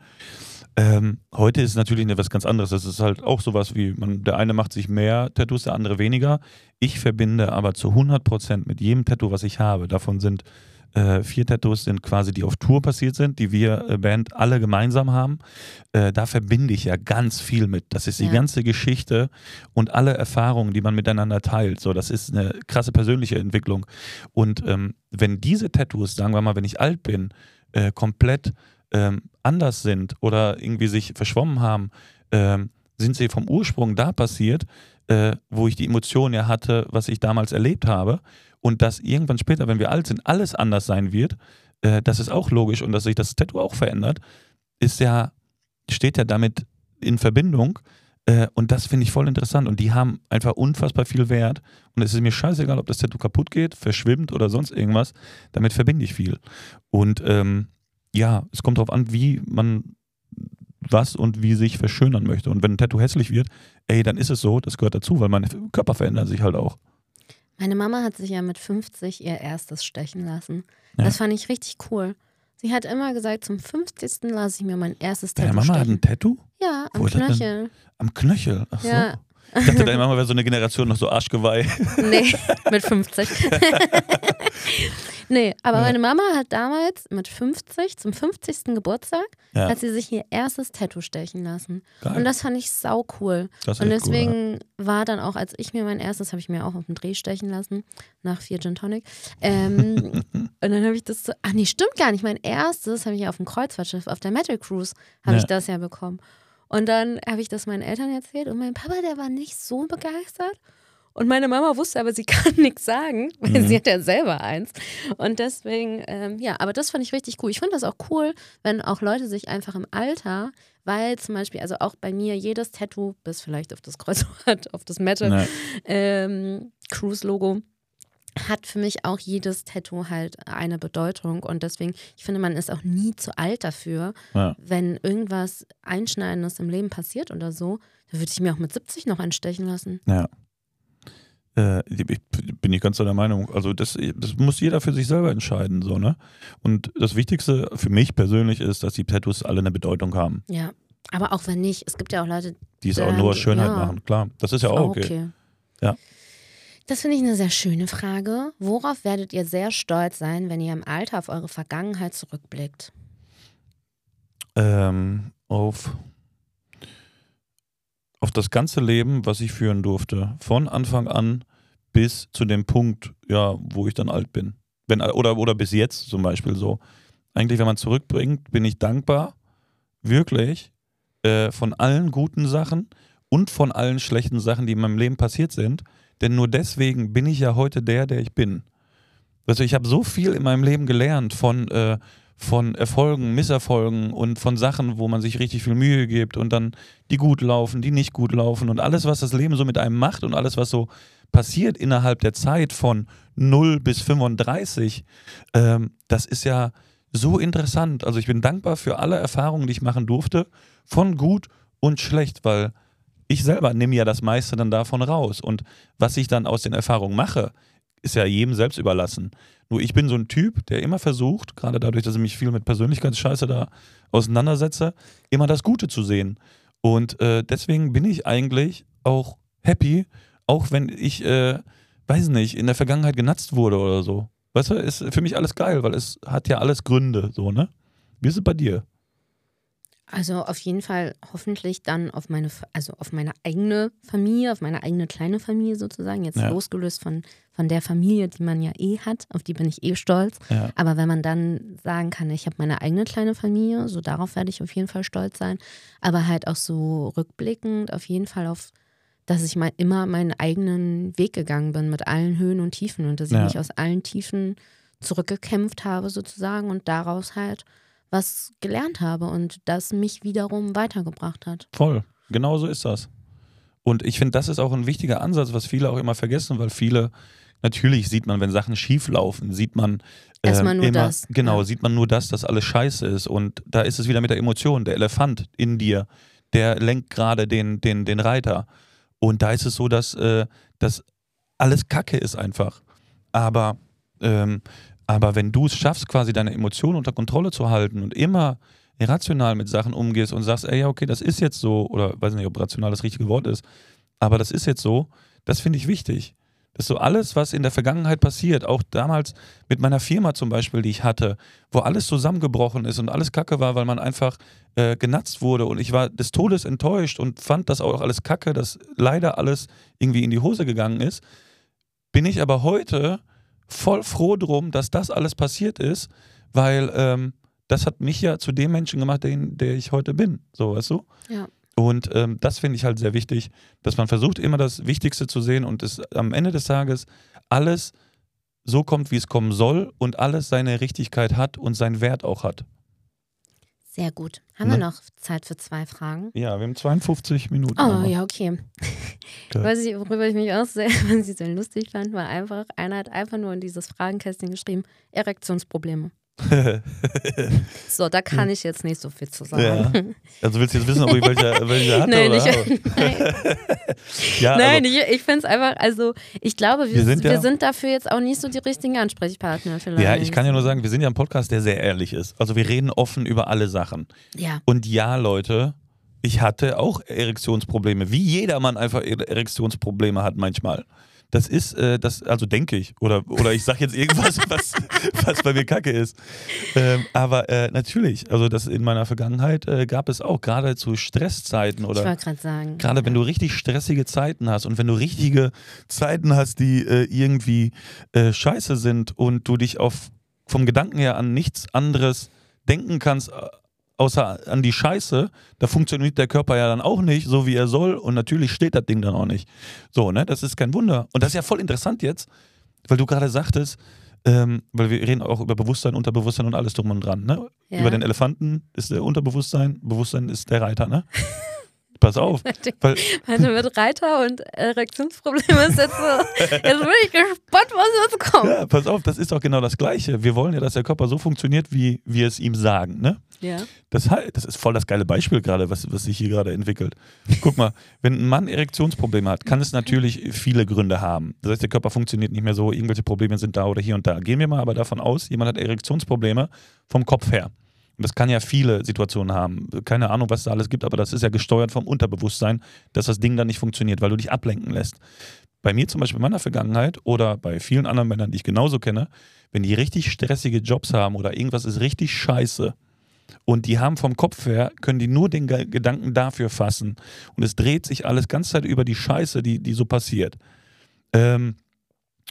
Ähm, heute ist es natürlich etwas ganz anderes. Das ist halt auch sowas wie, man, der eine macht sich mehr Tattoos, der andere weniger. Ich verbinde aber zu hundert Prozent mit jedem Tattoo, was ich habe. Davon sind äh, vier Tattoos, sind quasi, die auf Tour passiert sind, die wir äh, Band alle gemeinsam haben. Äh, da verbinde ich ja ganz viel mit. Das ist die Ja. ganze Geschichte und alle Erfahrungen, die man miteinander teilt. So, das ist eine krasse persönliche Entwicklung. Und ähm, wenn diese Tattoos, sagen wir mal, wenn ich alt bin, äh, komplett ähm, anders sind oder irgendwie sich verschwommen haben, ähm, sind sie vom Ursprung da passiert, äh, wo ich die Emotionen ja hatte, was ich damals erlebt habe und dass irgendwann später, wenn wir alt sind, alles anders sein wird, äh, das ist auch logisch und dass sich das Tattoo auch verändert, ist ja, steht ja damit in Verbindung äh, und das finde ich voll interessant und die haben einfach unfassbar viel Wert und es ist mir scheißegal, ob das Tattoo kaputt geht, verschwimmt oder sonst irgendwas, damit verbinde ich viel und ähm, ja, es kommt darauf an, wie man was und wie sich verschönern möchte. Und wenn ein Tattoo hässlich wird, ey, dann ist es so, das gehört dazu, weil mein Körper verändert sich halt auch. Meine Mama hat sich ja mit fünfzig ihr erstes stechen lassen. Ja. Das fand ich richtig cool. Sie hat immer gesagt, zum fünfzigsten lasse ich mir mein erstes Tattoo Deine Mama hat stechen. ein Tattoo? Ja, am Wo ist das denn? Knöchel. Am Knöchel? Ach so. Ja. Ich dachte, deine Mama wäre so eine Generation noch so Arschgeweih. Nee, mit fünfzig. Nee, aber Ja. meine Mama hat damals mit fünfzig, zum fünfzigsten Geburtstag, Ja. hat sie sich ihr erstes Tattoo stechen lassen. Geil. Und das fand ich sau cool. Das ist Und echt cool, deswegen war dann auch, als ich mir mein erstes, habe ich mir auch auf dem Dreh stechen lassen, nach vier Gin Tonic. Ähm, und dann habe ich das so, ach nee, stimmt gar nicht. Mein erstes habe ich ja auf dem Kreuzfahrtschiff, auf der Metal Cruise, habe Ja. ich das ja bekommen. Und dann habe ich das meinen Eltern erzählt und mein Papa, der war nicht so begeistert. Und meine Mama wusste aber, sie kann nichts sagen, weil Mhm. sie hat ja selber eins. Und deswegen, ähm, ja, aber das fand ich richtig cool. Ich finde das auch cool, wenn auch Leute sich einfach im Alter, weil zum Beispiel, also auch bei mir, jedes Tattoo, bis vielleicht auf das Kreuzfahrt, auf das Metal Ja. ähm, Cruise-Logo, hat für mich auch jedes Tattoo halt eine Bedeutung. Und deswegen, ich finde, man ist auch nie zu alt dafür, Ja. wenn irgendwas Einschneidendes im Leben passiert oder so, da würde ich mir auch mit siebzig noch einstechen lassen. Ja. Äh, ich bin nicht ganz so der Meinung. Also das, das muss jeder für sich selber entscheiden, so, ne? Und das Wichtigste für mich persönlich ist, dass die Tattoos alle eine Bedeutung haben. Ja, aber auch wenn nicht, es gibt ja auch Leute, Die es Ja, auch nur Schönheit ja. machen. Klar, das ist ja auch okay. Ja. Das finde ich eine sehr schöne Frage. Worauf werdet ihr sehr stolz sein, wenn ihr im Alter auf eure Vergangenheit zurückblickt? Ähm, auf, auf das ganze Leben, was ich führen durfte. Von Anfang an bis zu dem Punkt, ja, wo ich dann alt bin. Wenn, oder, oder bis jetzt zum Beispiel so. Eigentlich, wenn man zurückbringt, bin ich dankbar, wirklich, äh, von allen guten Sachen und von allen schlechten Sachen, die in meinem Leben passiert sind. Denn nur deswegen bin ich ja heute der, der ich bin. Also ich habe so viel in meinem Leben gelernt von, äh, von Erfolgen, Misserfolgen und von Sachen, wo man sich richtig viel Mühe gibt und dann die gut laufen, die nicht gut laufen und alles, was das Leben so mit einem macht und alles, was so passiert innerhalb der Zeit von null bis fünfunddreißig, ähm, das ist ja so interessant. Also ich bin dankbar für alle Erfahrungen, die ich machen durfte, von gut und schlecht, weil ich selber nehme ja das meiste dann davon raus. Und was ich dann aus den Erfahrungen mache, ist ja jedem selbst überlassen. Nur ich bin so ein Typ, der immer versucht, gerade dadurch, dass ich mich viel mit Persönlichkeitsscheiße da auseinandersetze, immer das Gute zu sehen. Und äh, deswegen bin ich eigentlich auch happy, auch wenn ich, äh, weiß nicht, in der Vergangenheit genatzt wurde oder so. Weißt du, ist für mich alles geil, weil es hat ja alles Gründe, so, ne? Wie ist es bei dir? Also auf jeden Fall hoffentlich dann auf meine, also auf meine eigene Familie, auf meine eigene kleine Familie sozusagen, jetzt Ja. losgelöst von, von der Familie, die man ja eh hat, auf die bin ich eh stolz. Ja. Aber wenn man dann sagen kann, ich habe meine eigene kleine Familie, so darauf werde ich auf jeden Fall stolz sein. Aber halt auch so rückblickend auf jeden Fall auf, dass ich mal immer meinen eigenen Weg gegangen bin mit allen Höhen und Tiefen und dass ich Ja. mich aus allen Tiefen zurückgekämpft habe sozusagen und daraus halt was gelernt habe und das mich wiederum weitergebracht hat. Voll, genau so ist das. Und ich finde, das ist auch ein wichtiger Ansatz, was viele auch immer vergessen, weil viele, natürlich sieht man, wenn Sachen schief laufen, sieht man äh, Erstmal nur immer, das, genau, ja. sieht man nur das, dass alles scheiße ist. Und da ist es wieder mit der Emotion, der Elefant in dir, der lenkt gerade den, den, den Reiter. Und da ist es so, dass, äh, dass alles Kacke ist einfach. Aber ähm, Aber wenn du es schaffst, quasi deine Emotionen unter Kontrolle zu halten und immer rational mit Sachen umgehst und sagst, ey, ja, okay, das ist jetzt so, oder weiß nicht, ob rational das richtige Wort ist, aber das ist jetzt so, das finde ich wichtig. Dass so alles, was in der Vergangenheit passiert, auch damals mit meiner Firma zum Beispiel, die ich hatte, wo alles zusammengebrochen ist und alles Kacke war, weil man einfach äh, genatzt wurde und ich war des Todes enttäuscht und fand das auch alles Kacke, dass leider alles irgendwie in die Hose gegangen ist, bin ich aber heute voll froh drum, dass das alles passiert ist, weil ähm, das hat mich ja zu dem Menschen gemacht, der, der ich heute bin. So, weißt du? Ja. Und ähm, das finde ich halt sehr wichtig, dass man versucht, immer das Wichtigste zu sehen und es am Ende des Tages alles so kommt, wie es kommen soll und alles seine Richtigkeit hat und seinen Wert auch hat. Sehr gut. Haben Ne? wir noch Zeit für zwei Fragen? Ja, wir haben zweiundfünfzig Minuten. Oh, aber. ja, okay. Okay. Was ich, worüber ich mich auch sehr, was ich sehr lustig fand, war einfach, einer hat einfach nur in dieses Fragenkästchen geschrieben, Erektionsprobleme. So, da kann ich jetzt nicht so viel zu sagen. Ja. Also willst du jetzt wissen, ob ich welche, welche hatte? Nein, oder? nicht, nein. Ja, Nein, also, ich, ich finde es einfach, also ich glaube, wir, Wir sind wir ja- sind dafür jetzt auch nicht so die richtigen Ansprechpartner vielleicht. ja, ich kann ja nur sagen, wir sind ja ein Podcast, der sehr ehrlich ist. Also wir reden offen über alle Sachen. Ja, Und ja, Leute, ich hatte auch Erektionsprobleme, wie jedermann einfach Erektionsprobleme hat manchmal. Das ist, äh, das, also denke ich, oder, oder ich sage jetzt irgendwas, was, was bei mir Kacke ist. Ähm, aber äh, natürlich, also das in meiner Vergangenheit äh, gab es auch, gerade zu Stresszeiten ich oder wollte gerade sagen. gerade wenn du richtig stressige Zeiten hast und wenn du richtige Zeiten hast, die äh, irgendwie äh, scheiße sind und du dich auf, vom Gedanken her an nichts anderes denken kannst, äh, außer an die Scheiße, da funktioniert der Körper ja dann auch nicht, so wie er soll und natürlich steht das Ding dann auch nicht. So, ne, das ist kein Wunder. Und das ist ja voll interessant jetzt, weil du gerade sagtest, ähm, weil wir reden auch über Bewusstsein, Unterbewusstsein und alles drum und dran, ne? Ja. Über den Elefanten ist der Unterbewusstsein, Bewusstsein ist der Reiter, ne? Pass auf, weil Warte, mit Reiter und Erektionsprobleme ist jetzt so, jetzt bin ich gespannt, was jetzt kommt. ja, pass auf, das ist doch genau das Gleiche. Wir wollen ja, dass der Körper so funktioniert, wie wir es ihm sagen, ne? Ja. Das, halt- das ist voll das geile Beispiel gerade, was, was sich hier gerade entwickelt. Guck mal, wenn ein Mann Erektionsprobleme hat, kann es natürlich viele Gründe haben. Das heißt, der Körper funktioniert nicht mehr so, irgendwelche Probleme sind da oder hier und da. Gehen wir mal aber davon aus, jemand hat Erektionsprobleme vom Kopf her. Und das kann ja viele Situationen haben. Keine Ahnung, was es da alles gibt, aber das ist ja gesteuert vom Unterbewusstsein, dass das Ding dann nicht funktioniert, weil du dich ablenken lässt. Bei mir zum Beispiel in meiner Vergangenheit oder bei vielen anderen Männern, die ich genauso kenne, wenn die richtig stressige Jobs haben oder irgendwas ist richtig scheiße und die haben vom Kopf her, können die nur den Ge- Gedanken dafür fassen und es dreht sich alles ganz Zeit über die Scheiße, die, die so passiert. Ähm,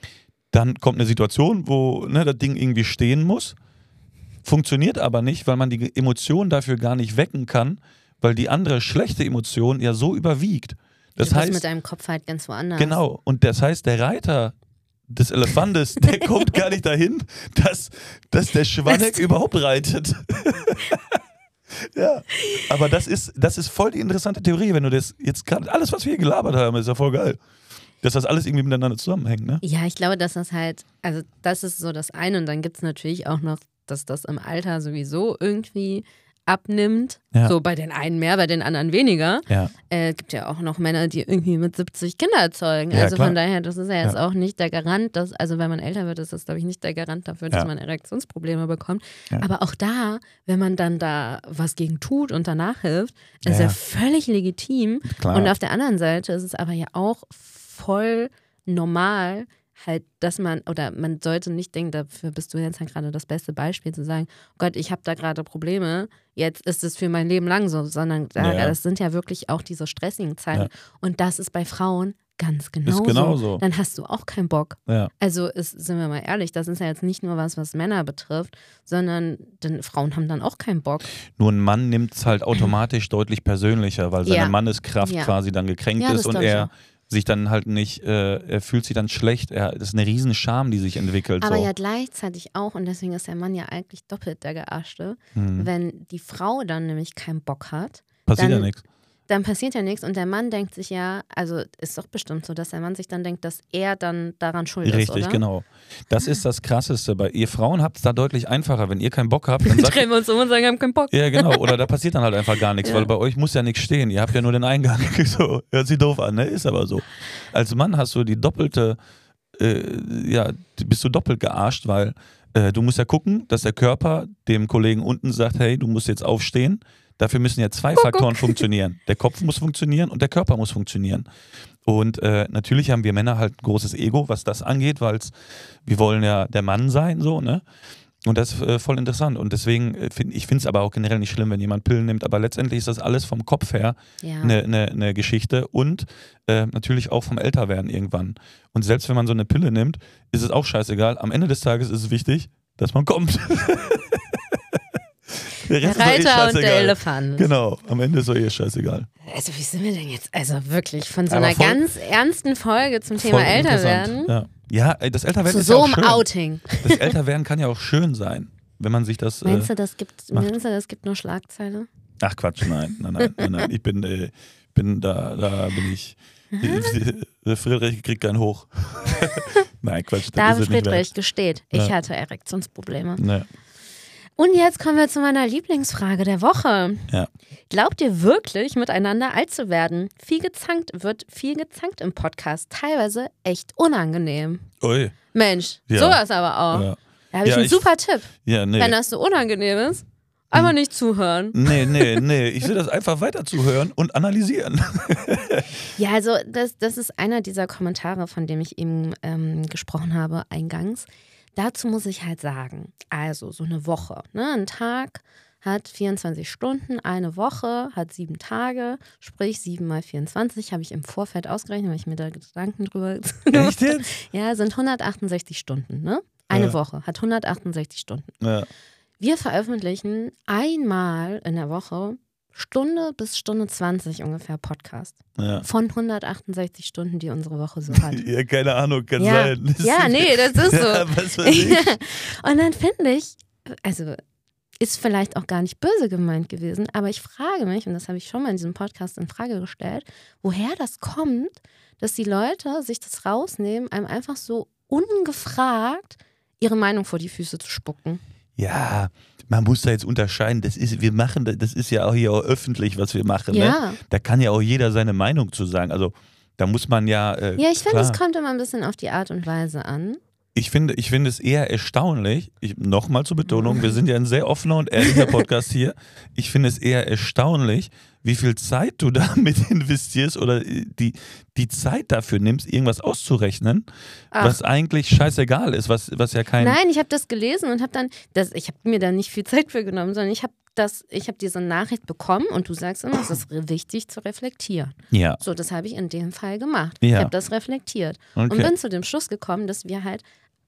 Dann kommt eine Situation, wo ne, das Ding irgendwie stehen muss, funktioniert aber nicht, weil man die Emotion dafür gar nicht wecken kann, weil die andere schlechte Emotion ja so überwiegt. Das du bist heißt, mit deinem Kopf halt ganz woanders. genau, und das heißt, der Reiter des Elefantes, der kommt gar nicht dahin, dass, dass der Schwanneck überhaupt reitet. Ja, aber das ist, das ist voll die interessante Theorie, wenn du das jetzt gerade, alles, was wir hier gelabert haben, ist ja voll geil. Dass das alles irgendwie miteinander zusammenhängt, ne? Ja, ich glaube, dass das halt, also das ist so das eine und dann gibt es natürlich auch noch, dass das im Alter sowieso irgendwie abnimmt. Ja. So bei den einen mehr, bei den anderen weniger. Ja. Äh, gibt ja auch noch Männer, die irgendwie mit siebzig Kinder zeugen. Ja, also klar. von daher, das ist ja jetzt Ja. auch nicht der Garant, dass, also wenn man älter wird, ist das, glaube ich, nicht der Garant dafür, dass Ja. man Erektionsprobleme bekommt. Ja. Aber auch da, wenn man dann da was gegen tut und danach hilft, ist Ja. ja völlig legitim. Klar. Und auf der anderen Seite ist es aber ja auch voll normal, halt, dass man, oder man sollte nicht denken, dafür bist du jetzt halt gerade das beste Beispiel, zu sagen, oh Gott, ich habe da gerade Probleme, jetzt ist es für mein Leben lang so, sondern da, Ja. das sind ja wirklich auch diese stressigen Zeiten. Ja. Und das ist bei Frauen ganz genauso. genauso. Dann hast du auch keinen Bock. Ja. Also ist, sind wir mal ehrlich, das ist ja jetzt nicht nur was, was Männer betrifft, sondern denn Frauen haben dann auch keinen Bock. Nur ein Mann nimmt es halt automatisch deutlich persönlicher, weil seine Ja. Manneskraft Ja. quasi dann gekränkt Ja, das ist und glaub ich er auch. sich dann halt nicht, äh, er fühlt sich dann schlecht. Er, das ist eine riesen Scham, die sich entwickelt. Aber so. ja gleichzeitig auch, und deswegen ist der Mann ja eigentlich doppelt der Gearschte, Hm. wenn die Frau dann nämlich keinen Bock hat, Passiert dann- ja nichts. dann passiert ja nichts und der Mann denkt sich ja, also ist doch bestimmt so, dass der Mann sich dann denkt, dass er dann daran schuld ist, Richtig, oder? genau. Das ist das Krasseste. Bei ihr Frauen habt es da deutlich einfacher. Wenn ihr keinen Bock habt, dann sagt Drehen wir uns um und sagen, wir haben keinen Bock. ja, genau. Oder da passiert dann halt einfach gar nichts, Ja. weil bei euch muss ja nichts stehen. Ihr habt ja nur den Eingang. So, hört sich doof an, ne? Ist aber so. Als Mann hast du die doppelte, äh, ja, bist du doppelt gearscht, weil äh, du musst ja gucken, dass der Körper dem Kollegen unten sagt, hey, du musst jetzt aufstehen. Dafür müssen ja zwei Faktoren funktionieren. Der Kopf muss funktionieren und der Körper muss funktionieren. Und äh, natürlich haben wir Männer halt ein großes Ego, was das angeht, weil wir wollen ja der Mann sein, so, ne? Und das ist äh, voll interessant. Und deswegen, äh, find, ich finde es aber auch generell nicht schlimm, wenn jemand Pillen nimmt. Aber letztendlich ist das alles vom Kopf her Ja. eine ne, ne Geschichte und äh, natürlich auch vom Älterwerden irgendwann. Und selbst wenn man so eine Pille nimmt, ist es auch scheißegal. Am Ende des Tages ist es wichtig, dass man kommt. Der Der Rest ist doch eh Reiter und der scheißegal. Elefant. Genau, am Ende ist doch eh scheißegal. Also wie sind wir denn jetzt? Also wirklich von so Aber einer voll- ganz ernsten Folge zum Thema Voll Älterwerden interessant. Ja, ja ey, das Älterwerden zu ist so ja auch einem schön. Outing. Das Älterwerden kann ja auch schön sein, wenn man sich das... Meinst Äh, du, das gibt, macht. meinst du, das gibt nur Schlagzeile? ach Quatsch, nein, nein, nein, nein, nein. Ich bin, äh, bin da, da bin ich... Der Friedrich kriegt keinen hoch. Nein, Quatsch, das David ist es nicht Friedrich gesteht, ich Ja. hatte Erektionsprobleme. wert. Nee. Und jetzt kommen wir zu meiner Lieblingsfrage der Woche. Ja. Glaubt ihr wirklich, miteinander alt zu werden? Viel gezankt wird, viel gezankt im Podcast. Teilweise echt unangenehm. Ui. Mensch, Ja. sowas aber auch. Ja, Da habe ich Ja, einen ich- super Tipp. ja nee. Wenn das so unangenehm ist, einfach nicht zuhören. Nee, nee, nee. Ich will das einfach weiter zuhören und analysieren. Ja, also das, das ist einer dieser Kommentare, von dem ich eben ähm, gesprochen habe, eingangs. Dazu muss ich halt sagen, also so eine Woche, ne? Ein Tag hat vierundzwanzig Stunden, eine Woche hat sieben Tage, sprich sieben mal vierundzwanzig, habe ich im Vorfeld ausgerechnet, weil ich mir da Gedanken drüber Echt jetzt? Ja, sind hundertachtundsechzig Stunden, ne? Eine Ja. Woche hat hundertachtundsechzig Stunden. Ja. Wir veröffentlichen einmal in der Woche Stunde bis Stunde zwanzig ungefähr Podcast. Ja. Von hundertachtundsechzig Stunden, die unsere Woche so hat. Ja, keine Ahnung, kann Ja, sein. Das ja ist- nee, das ist so. Ja, was weiß ich. Und dann finde ich, also ist vielleicht auch gar nicht böse gemeint gewesen, aber ich frage mich, und das habe ich schon mal in diesem Podcast in Frage gestellt, woher das kommt, dass die Leute sich das rausnehmen, einem einfach so ungefragt ihre Meinung vor die Füße zu spucken. Ja, man muss da jetzt unterscheiden. Das ist, wir machen, das das ist ja auch hier auch öffentlich, was wir machen. Ja. Ne? Da kann ja auch jeder seine Meinung zu sagen. Also da muss man ja. Äh, Ja, ich finde, klar. es kommt immer ein bisschen auf die Art und Weise an. Ich finde, ich finde es eher erstaunlich, ich, nochmal zur Betonung, wir sind ja ein sehr offener und ehrlicher Podcast hier. Ich finde es eher erstaunlich, wie viel Zeit du damit investierst oder die, die Zeit dafür nimmst, irgendwas auszurechnen, Ach. was eigentlich scheißegal ist, was, was ja kein... Nein, ich habe das gelesen und habe dann, das, ich habe mir da nicht viel Zeit für genommen, sondern ich habe das, ich habe diese Nachricht bekommen und du sagst immer, es ist wichtig zu reflektieren. Ja. So, das habe ich in dem Fall gemacht. Ja. Ich habe das reflektiert Okay. und bin zu dem Schluss gekommen, dass wir halt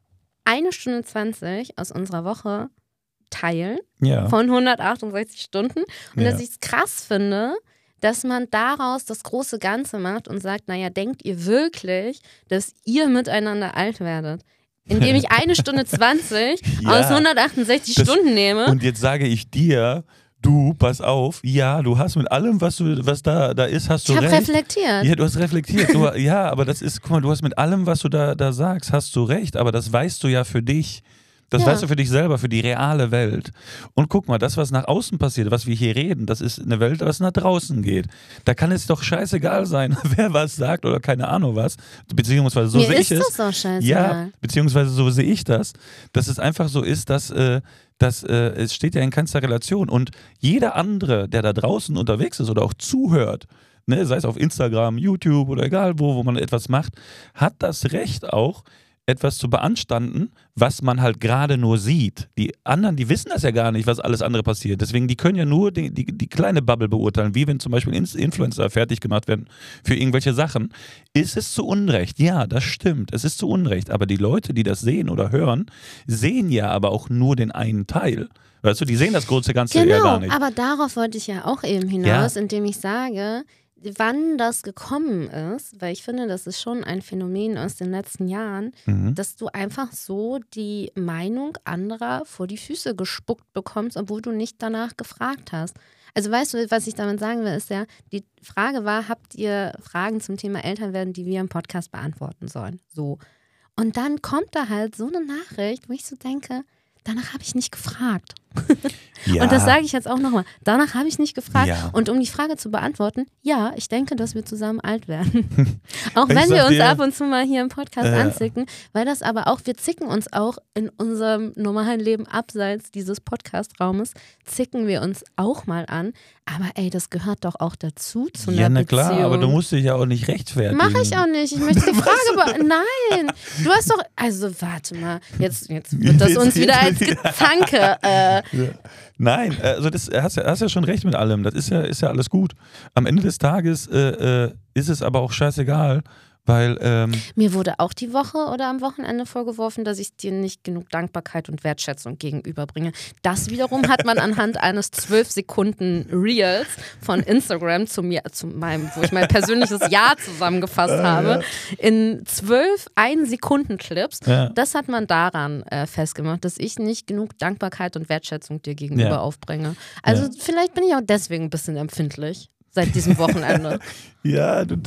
eine Stunde zwanzig aus unserer Woche teilen Ja. von hundertachtundsechzig Stunden und Ja. dass ich es krass finde, dass man daraus das große Ganze macht und sagt, naja, denkt ihr wirklich, dass ihr miteinander alt werdet? Indem ich eine Stunde zwanzig Ja. aus hundertachtundsechzig Das- Stunden nehme. Und jetzt sage ich dir, du, pass auf, ja, du hast mit allem, was du, was da, da ist, hast du Ich habe recht. reflektiert. Ja, du hast reflektiert. Du, ja, aber das ist, guck mal, du hast mit allem, was du da, da sagst, hast du recht, aber das weißt du ja für dich. Das Ja. weißt du für dich selber, für die reale Welt. Und guck mal, das, was nach außen passiert, was wir hier reden, das ist eine Welt, was nach draußen geht. Da kann es doch scheißegal sein, wer was sagt oder keine Ahnung was. Beziehungsweise so Mir sehe ist ich es. das doch scheißegal. Ja, beziehungsweise so sehe ich das, dass es einfach so ist, dass, äh, dass äh, es steht ja in keinster Relation und jeder andere, der da draußen unterwegs ist oder auch zuhört, ne, sei es auf Instagram, YouTube oder egal wo, wo man etwas macht, hat das Recht auch, etwas zu beanstanden, was man halt gerade nur sieht. Die anderen, die wissen das ja gar nicht, was alles andere passiert. Deswegen, die können ja nur die, die, die kleine Bubble beurteilen, wie wenn zum Beispiel Influencer fertig gemacht werden für irgendwelche Sachen. Ist es zu Unrecht? Ja, das stimmt. Es ist zu Unrecht. Aber die Leute, die das sehen oder hören, sehen ja aber auch nur den einen Teil. Weißt du, die sehen das große Ganze Genau, ja gar nicht. aber darauf wollte ich ja auch eben hinaus, indem ich sage, wann das gekommen ist, weil ich finde, das ist schon ein Phänomen aus den letzten Jahren, Mhm. dass du einfach so die Meinung anderer vor die Füße gespuckt bekommst, obwohl du nicht danach gefragt hast. Also weißt du, was ich damit sagen will, ist ja, die Frage war, habt ihr Fragen zum Thema Elternwerden, die wir im Podcast beantworten sollen? So. Und dann kommt da halt so eine Nachricht, wo ich so denke, danach habe ich nicht gefragt. Ja. Und das sage ich jetzt auch nochmal. Danach habe ich nicht gefragt. Ja. Und um die Frage zu beantworten, ja, ich denke, dass wir zusammen alt werden. Auch Ich wenn sag wir uns dir- ab und zu mal hier im Podcast Äh. anzicken, weil das aber auch, wir zicken uns auch in unserem normalen Leben abseits dieses Podcast-Raumes, zicken wir uns auch mal an. Aber ey, das gehört doch auch dazu zu einer Ja, na Beziehung. klar, aber du musst dich ja auch nicht rechtfertigen. Mach ich auch nicht. Ich möchte die Frage beantworten. Nein, du hast doch, also warte mal, jetzt, jetzt wird das uns wieder als Gezanke. Äh, Ja. Nein, also das hast ja, hast ja schon recht mit allem. Das ist ja, ist ja alles gut. Am Ende des Tages äh, äh, ist es aber auch scheißegal, weil ähm, Mir wurde auch die Woche oder am Wochenende vorgeworfen, dass ich dir nicht genug Dankbarkeit und Wertschätzung gegenüberbringe. Das wiederum hat man anhand eines zwölf Sekunden Reels von Instagram zu mir, zu meinem, wo ich mein persönliches Ja zusammengefasst habe, in zwölf Ein-Sekunden-Clips. Ja. Das hat man daran äh, festgemacht, dass ich nicht genug Dankbarkeit und Wertschätzung dir gegenüber Ja. aufbringe. Also Ja. vielleicht bin ich auch deswegen ein bisschen empfindlich seit diesem Wochenende. ja, du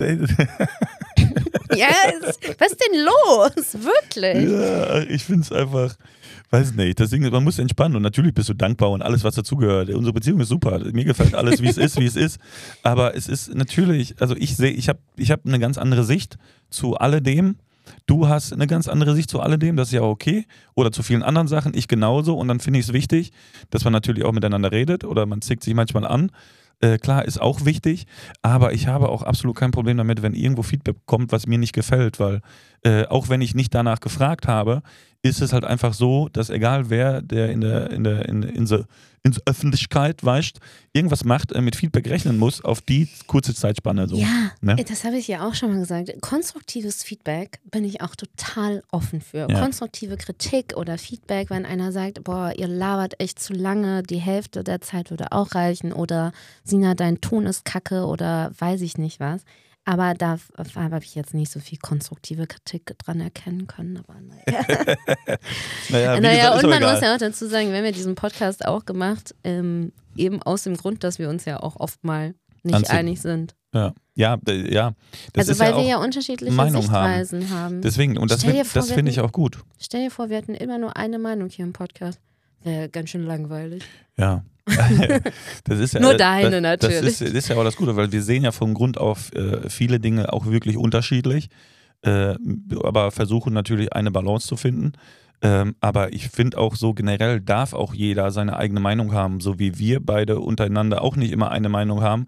Ja, es- was ist denn los? Wirklich? ja, ich finde es einfach, weiß nicht, das Ding ist, man muss entspannen und natürlich bist du dankbar und alles, was dazugehört. Unsere Beziehung ist super. Mir gefällt alles, wie es ist, wie es ist. Aber es ist natürlich, also ich sehe, ich habe ich hab eine ganz andere Sicht zu alledem. Du hast eine ganz andere Sicht zu alledem, das ist ja auch okay. Oder zu vielen anderen Sachen, ich genauso. Und dann finde ich es wichtig, dass man natürlich auch miteinander redet oder man zickt sich manchmal an. Äh, klar, ist auch wichtig, aber ich habe auch absolut kein Problem damit, wenn irgendwo Feedback kommt, was mir nicht gefällt, weil äh, auch wenn ich nicht danach gefragt habe, ist es halt einfach so, dass egal wer, der in der, in der, in, in der, in der Öffentlichkeit, weißt, irgendwas macht, äh, mit Feedback rechnen muss auf die kurze Zeitspanne. So. Ja, Ne? das habe ich ja auch schon mal gesagt. Konstruktives Feedback bin ich auch total offen für. Ja. Konstruktive Kritik oder Feedback, wenn einer sagt, boah, ihr labert echt zu lange, die Hälfte der Zeit würde auch reichen oder Sina, dein Ton ist kacke oder weiß ich nicht was. Aber da habe ich jetzt nicht so viel konstruktive Kritik dran erkennen können. Aber naja. Naja, wie naja, gesagt, ist und doch man egal. muss ja auch dazu sagen, wir haben ja diesen Podcast auch gemacht, ähm, eben aus dem Grund, dass wir uns ja auch oft mal nicht Anziehen. einig sind. Ja, ja, d- ja. Das Also ist weil ja auch, wir ja unterschiedliche Meinung haben. Sichtweisen haben. deswegen, und das, Stell dir find- vor, das wir finde ich hätten- auch gut. Stell dir vor, wir hätten immer nur eine Meinung hier im Podcast. Wäre ganz schön langweilig. Ja. das ist ja, Nur deine das, das natürlich. ist, das ist ja auch das Gute, weil wir sehen ja von Grund auf äh, viele Dinge auch wirklich unterschiedlich, äh, aber versuchen natürlich eine Balance zu finden. Ähm, aber ich finde auch so generell darf auch jeder seine eigene Meinung haben, so wie wir beide untereinander auch nicht immer eine Meinung haben.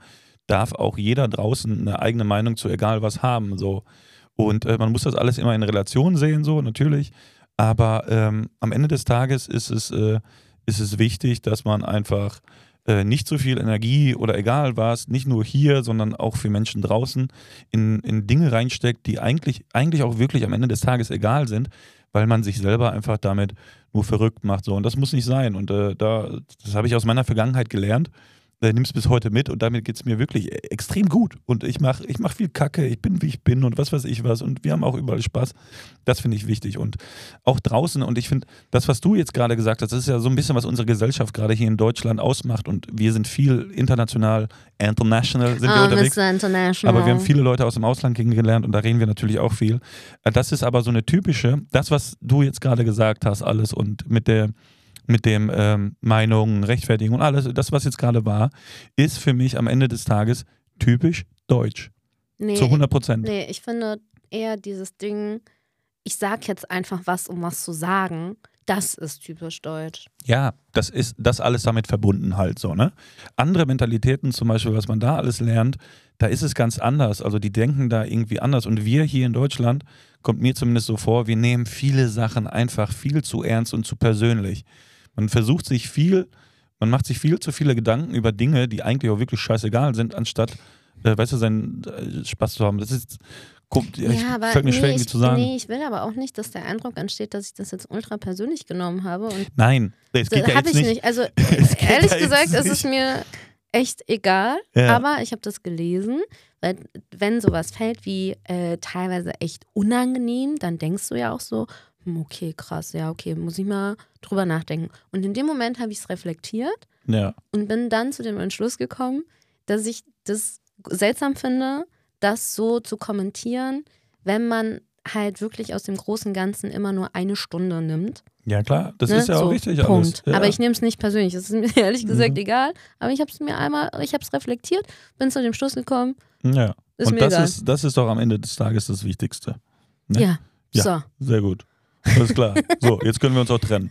darf auch jeder draußen eine eigene Meinung zu egal was haben. So. Und äh, man muss das alles immer in Relation sehen, so natürlich. Aber ähm, am Ende des Tages ist es, äh, ist es wichtig, dass man einfach äh, nicht so viel Energie oder egal was, nicht nur hier, sondern auch für Menschen draußen in, in Dinge reinsteckt, die eigentlich, eigentlich auch wirklich am Ende des Tages egal sind, weil man sich selber einfach damit nur verrückt macht. So. Und das muss nicht sein. Und äh, da, das habe ich aus meiner Vergangenheit gelernt. Äh, nimm es bis heute mit und damit geht es mir wirklich extrem gut. Und ich mache ich mach viel Kacke, ich bin wie ich bin und was weiß ich was. Und wir haben auch überall Spaß. Das finde ich wichtig. Und auch draußen, und ich finde, das, was du jetzt gerade gesagt hast, das ist ja so ein bisschen, was unsere Gesellschaft gerade hier in Deutschland ausmacht. Und wir sind viel international, international sind wir Oh, unterwegs. Mister International. Aber wir haben viele Leute aus dem Ausland kennengelernt und da reden wir natürlich auch viel. Äh, Das ist aber so eine typische, das, was du jetzt gerade gesagt hast, alles und mit der mit dem ähm, Meinungen, Rechtfertigung und alles, das, was jetzt gerade war, ist für mich am Ende des Tages typisch deutsch. nee, Zu hundert Prozent. Nee, ich finde eher dieses Ding, ich sag jetzt einfach was, um was zu sagen, das ist typisch deutsch. Ja, das ist das alles damit verbunden halt so, ne? Andere Mentalitäten zum Beispiel, was man da alles lernt, da ist es ganz anders. Also die denken da irgendwie anders. Und wir hier in Deutschland, kommt mir zumindest so vor, wir nehmen viele Sachen einfach viel zu ernst und zu persönlich. Man versucht sich viel, man macht sich viel zu viele Gedanken über Dinge, die eigentlich auch wirklich scheißegal sind, anstatt, äh, weißt du, seinen äh, Spaß zu haben. Das ist, kommt, ich, Ja, aber fällt mir schwer, nee, irgendwie ich, zu sagen. nee, ich will aber auch nicht, dass der Eindruck entsteht, dass ich das jetzt ultra persönlich genommen habe. Und Nein, es geht das ja habe jetzt ich nicht. nicht. Also Es geht ehrlich ja gesagt, jetzt es nicht. ist mir echt egal. Ja. Aber ich habe das gelesen, weil wenn sowas fällt wie äh, teilweise echt unangenehm, dann denkst du ja auch so, hm, okay, krass, ja, okay, muss ich mal drüber nachdenken. Und in dem Moment habe ich es reflektiert Ja. und bin dann zu dem Entschluss gekommen, dass ich das seltsam finde, das so zu kommentieren, wenn man halt wirklich aus dem großen Ganzen immer nur eine Stunde nimmt. Ja, klar, das Ne? ist ja auch So, richtig Punkt. alles. Ja. Aber ich nehme es nicht persönlich. Es ist mir ehrlich gesagt Mhm. egal. Aber ich habe es mir einmal, ich habe es reflektiert, bin zu dem Schluss gekommen, Ja. ist Und mir das egal. ist, das ist doch am Ende des Tages das Wichtigste. Ne? Ja, Ja. so. Sehr gut. Alles klar. So, jetzt können wir uns auch trennen.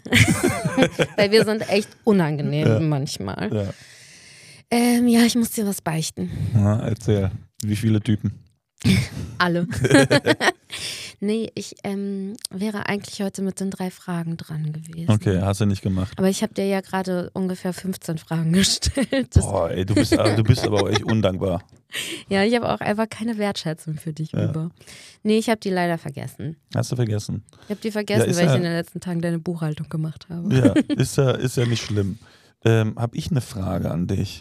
Weil wir sind echt unangenehm Ja. manchmal. Ja. Ähm, ja, ich muss dir was beichten. Na, erzähl. Wie viele Typen? Alle. Nee, ich ähm, wäre eigentlich heute mit den drei Fragen dran gewesen. Okay, hast du nicht gemacht. Aber ich habe dir ja gerade ungefähr fünfzehn Fragen gestellt. Das, Boah, ey, du bist, du bist aber auch echt undankbar. ja, ich habe auch einfach keine Wertschätzung für dich Ja. über. Nee, ich habe die leider vergessen. Hast du vergessen. Ich habe die vergessen, Ja, ist weil ja- ich in den letzten Tagen deine Buchhaltung gemacht habe. Ja, ist ja, ist ja nicht schlimm. Ähm, hab ich eine Frage an dich?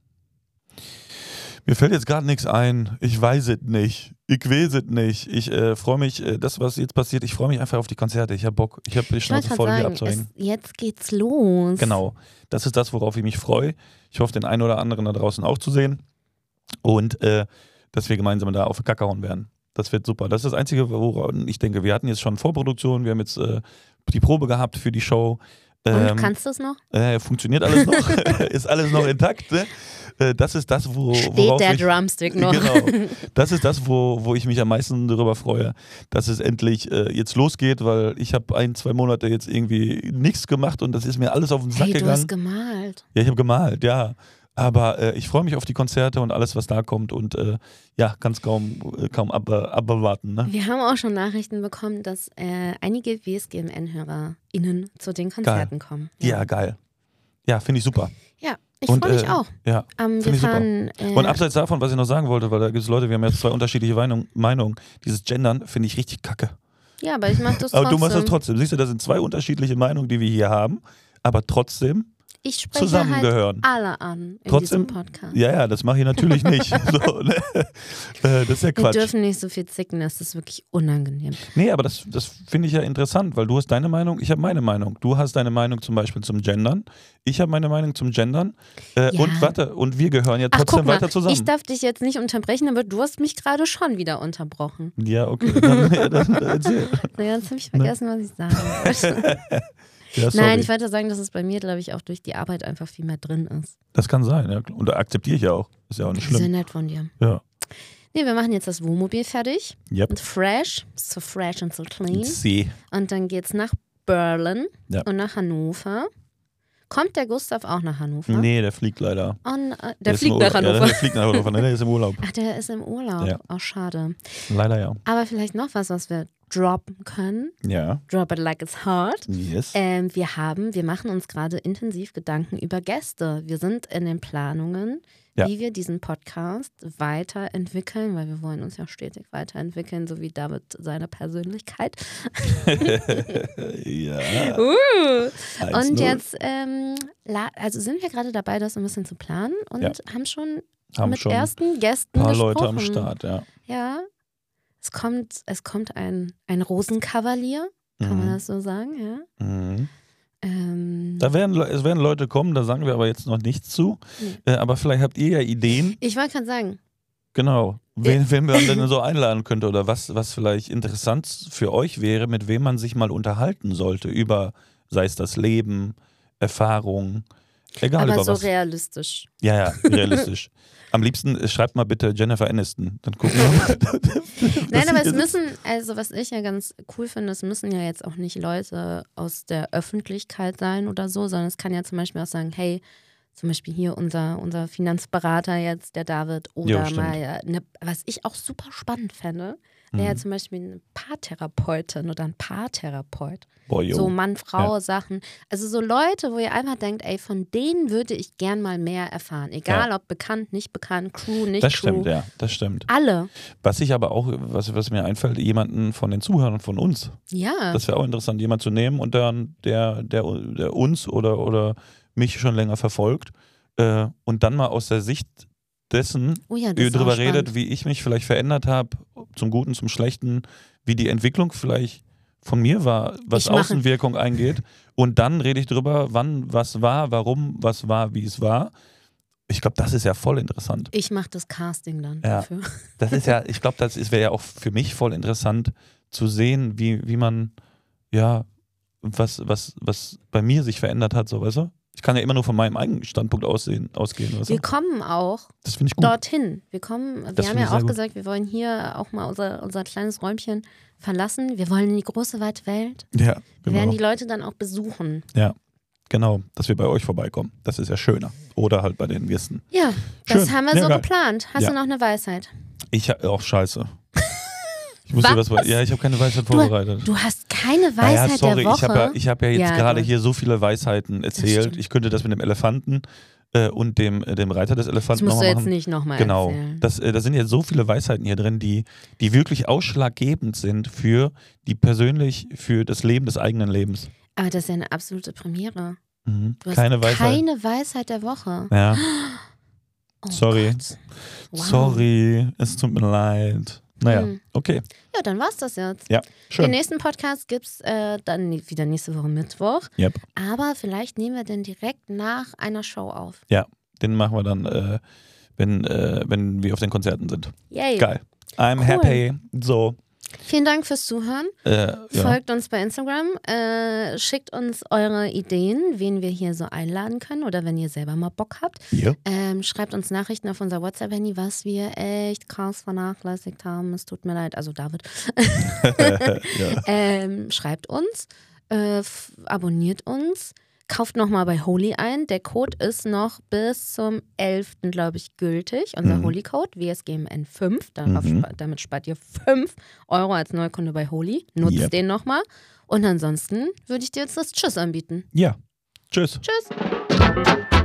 Mir fällt jetzt gerade nichts ein. Ich weiß es nicht. Ich weiß es nicht. Ich äh, freue mich, äh, das, was jetzt passiert, ich freue mich einfach auf die Konzerte. Ich habe Bock. Ich habe die Ich wollte Schnauze voll, gerade hier sagen, abzuhängen. es, jetzt geht's los. Genau. Das ist das, worauf ich mich freue. Ich hoffe, den einen oder anderen da draußen auch zu sehen. Und äh, dass wir gemeinsam da auf die Kacke hauen werden. Das wird super. Das ist das Einzige, woran ich denke. Wir hatten jetzt schon Vorproduktion, wir haben jetzt äh, die Probe gehabt für die Show. Und Ähm, kannst du es noch? äh, funktioniert alles noch, ist alles noch intakt. Ne? Äh, das ist das, wo, Steht worauf der ich, Drumstick noch? Genau. Das ist das, wo, wo ich mich am meisten darüber freue, dass es endlich äh, jetzt losgeht, weil ich habe ein, zwei Monate jetzt irgendwie nichts gemacht und das ist mir alles auf den Sack Hey, du gegangen. hast gemalt. Ja, ich habe gemalt, ja. Aber äh, ich freue mich auf die Konzerte und alles, was da kommt und äh, ja, kann es kaum, äh, kaum ab, abwarten. Ne? Wir haben auch schon Nachrichten bekommen, dass äh, einige W S G M N-HörerInnen zu den Konzerten kommen. Ja, geil. Ja, finde ich super. Ja, ich Und, freue mich äh, auch. Ja. Ähm, wir find ich super. fahren. Äh, Und abseits davon, was ich noch sagen wollte, weil da gibt es Leute, wir haben jetzt zwei unterschiedliche Meinung- Meinungen. Dieses Gendern finde ich richtig kacke. ja, aber ich mache das Aber trotzdem. du machst das trotzdem. Siehst du, das sind zwei unterschiedliche Meinungen, die wir hier haben, aber trotzdem Ich spreche zusammengehören. halt alle an in Trotzdem? diesem Podcast. Ja, ja, das mache ich natürlich nicht. So, ne? äh, das ist ja Wir Quatsch. dürfen nicht so viel zicken, das ist wirklich unangenehm. Nee, aber das, das finde ich ja interessant, weil du hast deine Meinung, ich habe meine Meinung. Du hast deine Meinung zum Beispiel zum Gendern, ich habe meine Meinung zum Gendern äh, Ja. und warte, und wir gehören ja Ach, trotzdem guck mal, weiter zusammen. ich darf dich jetzt nicht unterbrechen, aber du hast mich gerade schon wieder unterbrochen. Ja, okay. Dann, ja, dann erzähl. Naja, jetzt habe ich vergessen, was ich sagen wollte. Ja, sorry. Nein, ich wollte sagen, dass es bei mir, glaube ich, auch durch die Arbeit einfach viel mehr drin ist. Das kann sein, ja. Und da akzeptiere ich ja auch. Ist ja auch nicht Sehr schlimm. nett von dir. Ja. Nee, wir machen jetzt das Wohnmobil fertig. Yep. Und fresh, so fresh and so clean. C. Und dann geht's nach Berlin Ja. und nach Hannover. Kommt der Gustav auch nach Hannover? Nee, der fliegt leider. Oh, ne- der, Der ist fliegt im nach Urlaub. Ja, Hannover. der fliegt nach Hannover. Nee, der ist im Urlaub. Ach, der ist im Urlaub. Ja. Auch schade. Leider ja. Aber vielleicht noch was, was wir droppen können. Ja. Drop it like it's hot. Yes. Ähm, wir haben, wir machen uns gerade intensiv Gedanken über Gäste. Wir sind in den Planungen, Ja. wie wir diesen Podcast weiterentwickeln, weil wir wollen uns ja stetig weiterentwickeln, so wie David seine Persönlichkeit. ja. Uh. eins Und null. jetzt, ähm, la- also sind wir gerade dabei, das ein bisschen zu planen und Ja. haben schon Haben mit schon ein ersten Gästen paar gesprochen. Leute am Start, ja. Ja. Es kommt, es kommt ein, ein Rosenkavalier, kann man Mhm. das so sagen, ja. Mhm. Ähm, Da werden, Le- es werden Leute kommen, da sagen wir aber jetzt noch nichts zu. Nee. Äh, aber vielleicht habt ihr ja Ideen, ich wollte gerade sagen, genau, wen, wen man denn so einladen könnte oder was, was vielleicht interessant für euch wäre, mit wem man sich mal unterhalten sollte über, sei es das Leben, Erfahrung, egal aber über so was. realistisch. Ja, ja, realistisch. Am liebsten äh, schreibt mal bitte Jennifer Aniston, dann gucken wir mal. Nein, aber es ist- müssen, also was ich ja ganz cool finde, es müssen ja jetzt auch nicht Leute aus der Öffentlichkeit sein oder so, sondern es kann ja zum Beispiel auch sagen, hey, zum Beispiel hier unser, unser Finanzberater jetzt, der David, oder Jo, stimmt. mal, eine, was ich auch super spannend fände, wäre ja Mhm. zum Beispiel eine Paartherapeutin oder ein Paartherapeut. Boah, jo. So Mann-Frau-Sachen. Also so Leute, wo ihr einfach denkt, ey, von denen würde ich gern mal mehr erfahren. Egal ob bekannt, nicht bekannt, Crew, nicht das Crew. stimmt, ja, das stimmt. Alle. Was ich aber auch, was, was mir einfällt, jemanden von den Zuhörern von uns. Ja. Das wäre auch interessant, jemanden zu nehmen und dann der, der, der uns oder, oder mich schon länger verfolgt äh, und dann mal aus der Sicht dessen Oh ja, das ist darüber auch spannend. redet, wie ich mich vielleicht verändert habe, zum Guten, zum Schlechten, wie die Entwicklung vielleicht von mir war, was Ich mache- Außenwirkung eingeht. Und dann rede ich drüber, wann was war, warum was war, wie es war. Ich glaube, das ist ja voll interessant. Ich mache das Casting dann Ja. dafür. Das ist ja, ich glaube, das wäre ja auch für mich voll interessant zu sehen, wie, wie man, ja, was, was, was bei mir sich verändert hat, so, weißt du? Ich kann ja immer nur von meinem eigenen Standpunkt aussehen, ausgehen, weißt Wir du? kommen auch Das finde ich gut. dorthin. Wir kommen, wir Das haben finde ja ich sehr auch gut. gesagt, wir wollen hier auch mal unser, unser kleines Räumchen verlassen. Wir wollen in die große weite Welt. Ja, Wir werden genau. die Leute dann auch besuchen. Ja, genau, dass wir bei euch vorbeikommen. Das ist ja schöner. Oder halt bei den Gästen. Ja, das Schön. haben wir Ja, so geil. geplant. Hast Ja. du noch eine Weisheit? Ich habe auch scheiße. Ich muss dir was, Was? ja, ich habe keine Weisheit vorbereitet. Du hast keine Naja, Weisheit sorry, der ich habe Woche. ja, ich hab ja jetzt Ja, gerade gut. hier so viele Weisheiten erzählt. stimmt. Ich könnte das mit dem Elefanten äh, und dem, äh, dem Reiter des das Elefanten musst du nochmal jetzt machen. nicht nochmal Genau. erzählen. Das, äh, da sind jetzt so viele Weisheiten hier drin, die, die wirklich ausschlaggebend sind für die persönlich, für das Leben des eigenen Lebens. Aber das ist ja eine absolute Premiere. Mhm. Du hast Keine Weisheit. keine Weisheit der Woche. Ja, Oh Sorry. Gott. Wow. sorry, es tut mir leid. Naja, Hm. okay. Ja, dann war's das jetzt. Ja, Den schön. nächsten Podcast gibt's äh, dann nie- wieder nächste Woche Mittwoch. Yep. Aber vielleicht nehmen wir den direkt nach einer Show auf. Den machen wir dann, äh, wenn, äh, wenn wir auf den Konzerten sind. Yay. Geil. I'm Cool. happy. So. Vielen Dank fürs Zuhören. Äh, ja. Folgt uns bei Instagram. Äh, schickt uns eure Ideen, wen wir hier so einladen können oder wenn ihr selber mal Bock habt. Ja. Ähm, schreibt uns Nachrichten auf unser WhatsApp-Handy, was wir echt krass vernachlässigt haben. Es tut mir leid. Also David. ja. Ähm, schreibt uns, äh, f- abonniert uns, kauft nochmal bei Holy ein. Der Code ist noch bis zum elften glaube ich, gültig. Unser Mhm. Holy-Code, W S G M N fünf. Darauf Mhm. spa- damit spart ihr fünf Euro als Neukunde bei Holy. Nutzt Yep. den nochmal. Und ansonsten würde ich dir jetzt das Tschüss anbieten. ja. Tschüss. Tschüss.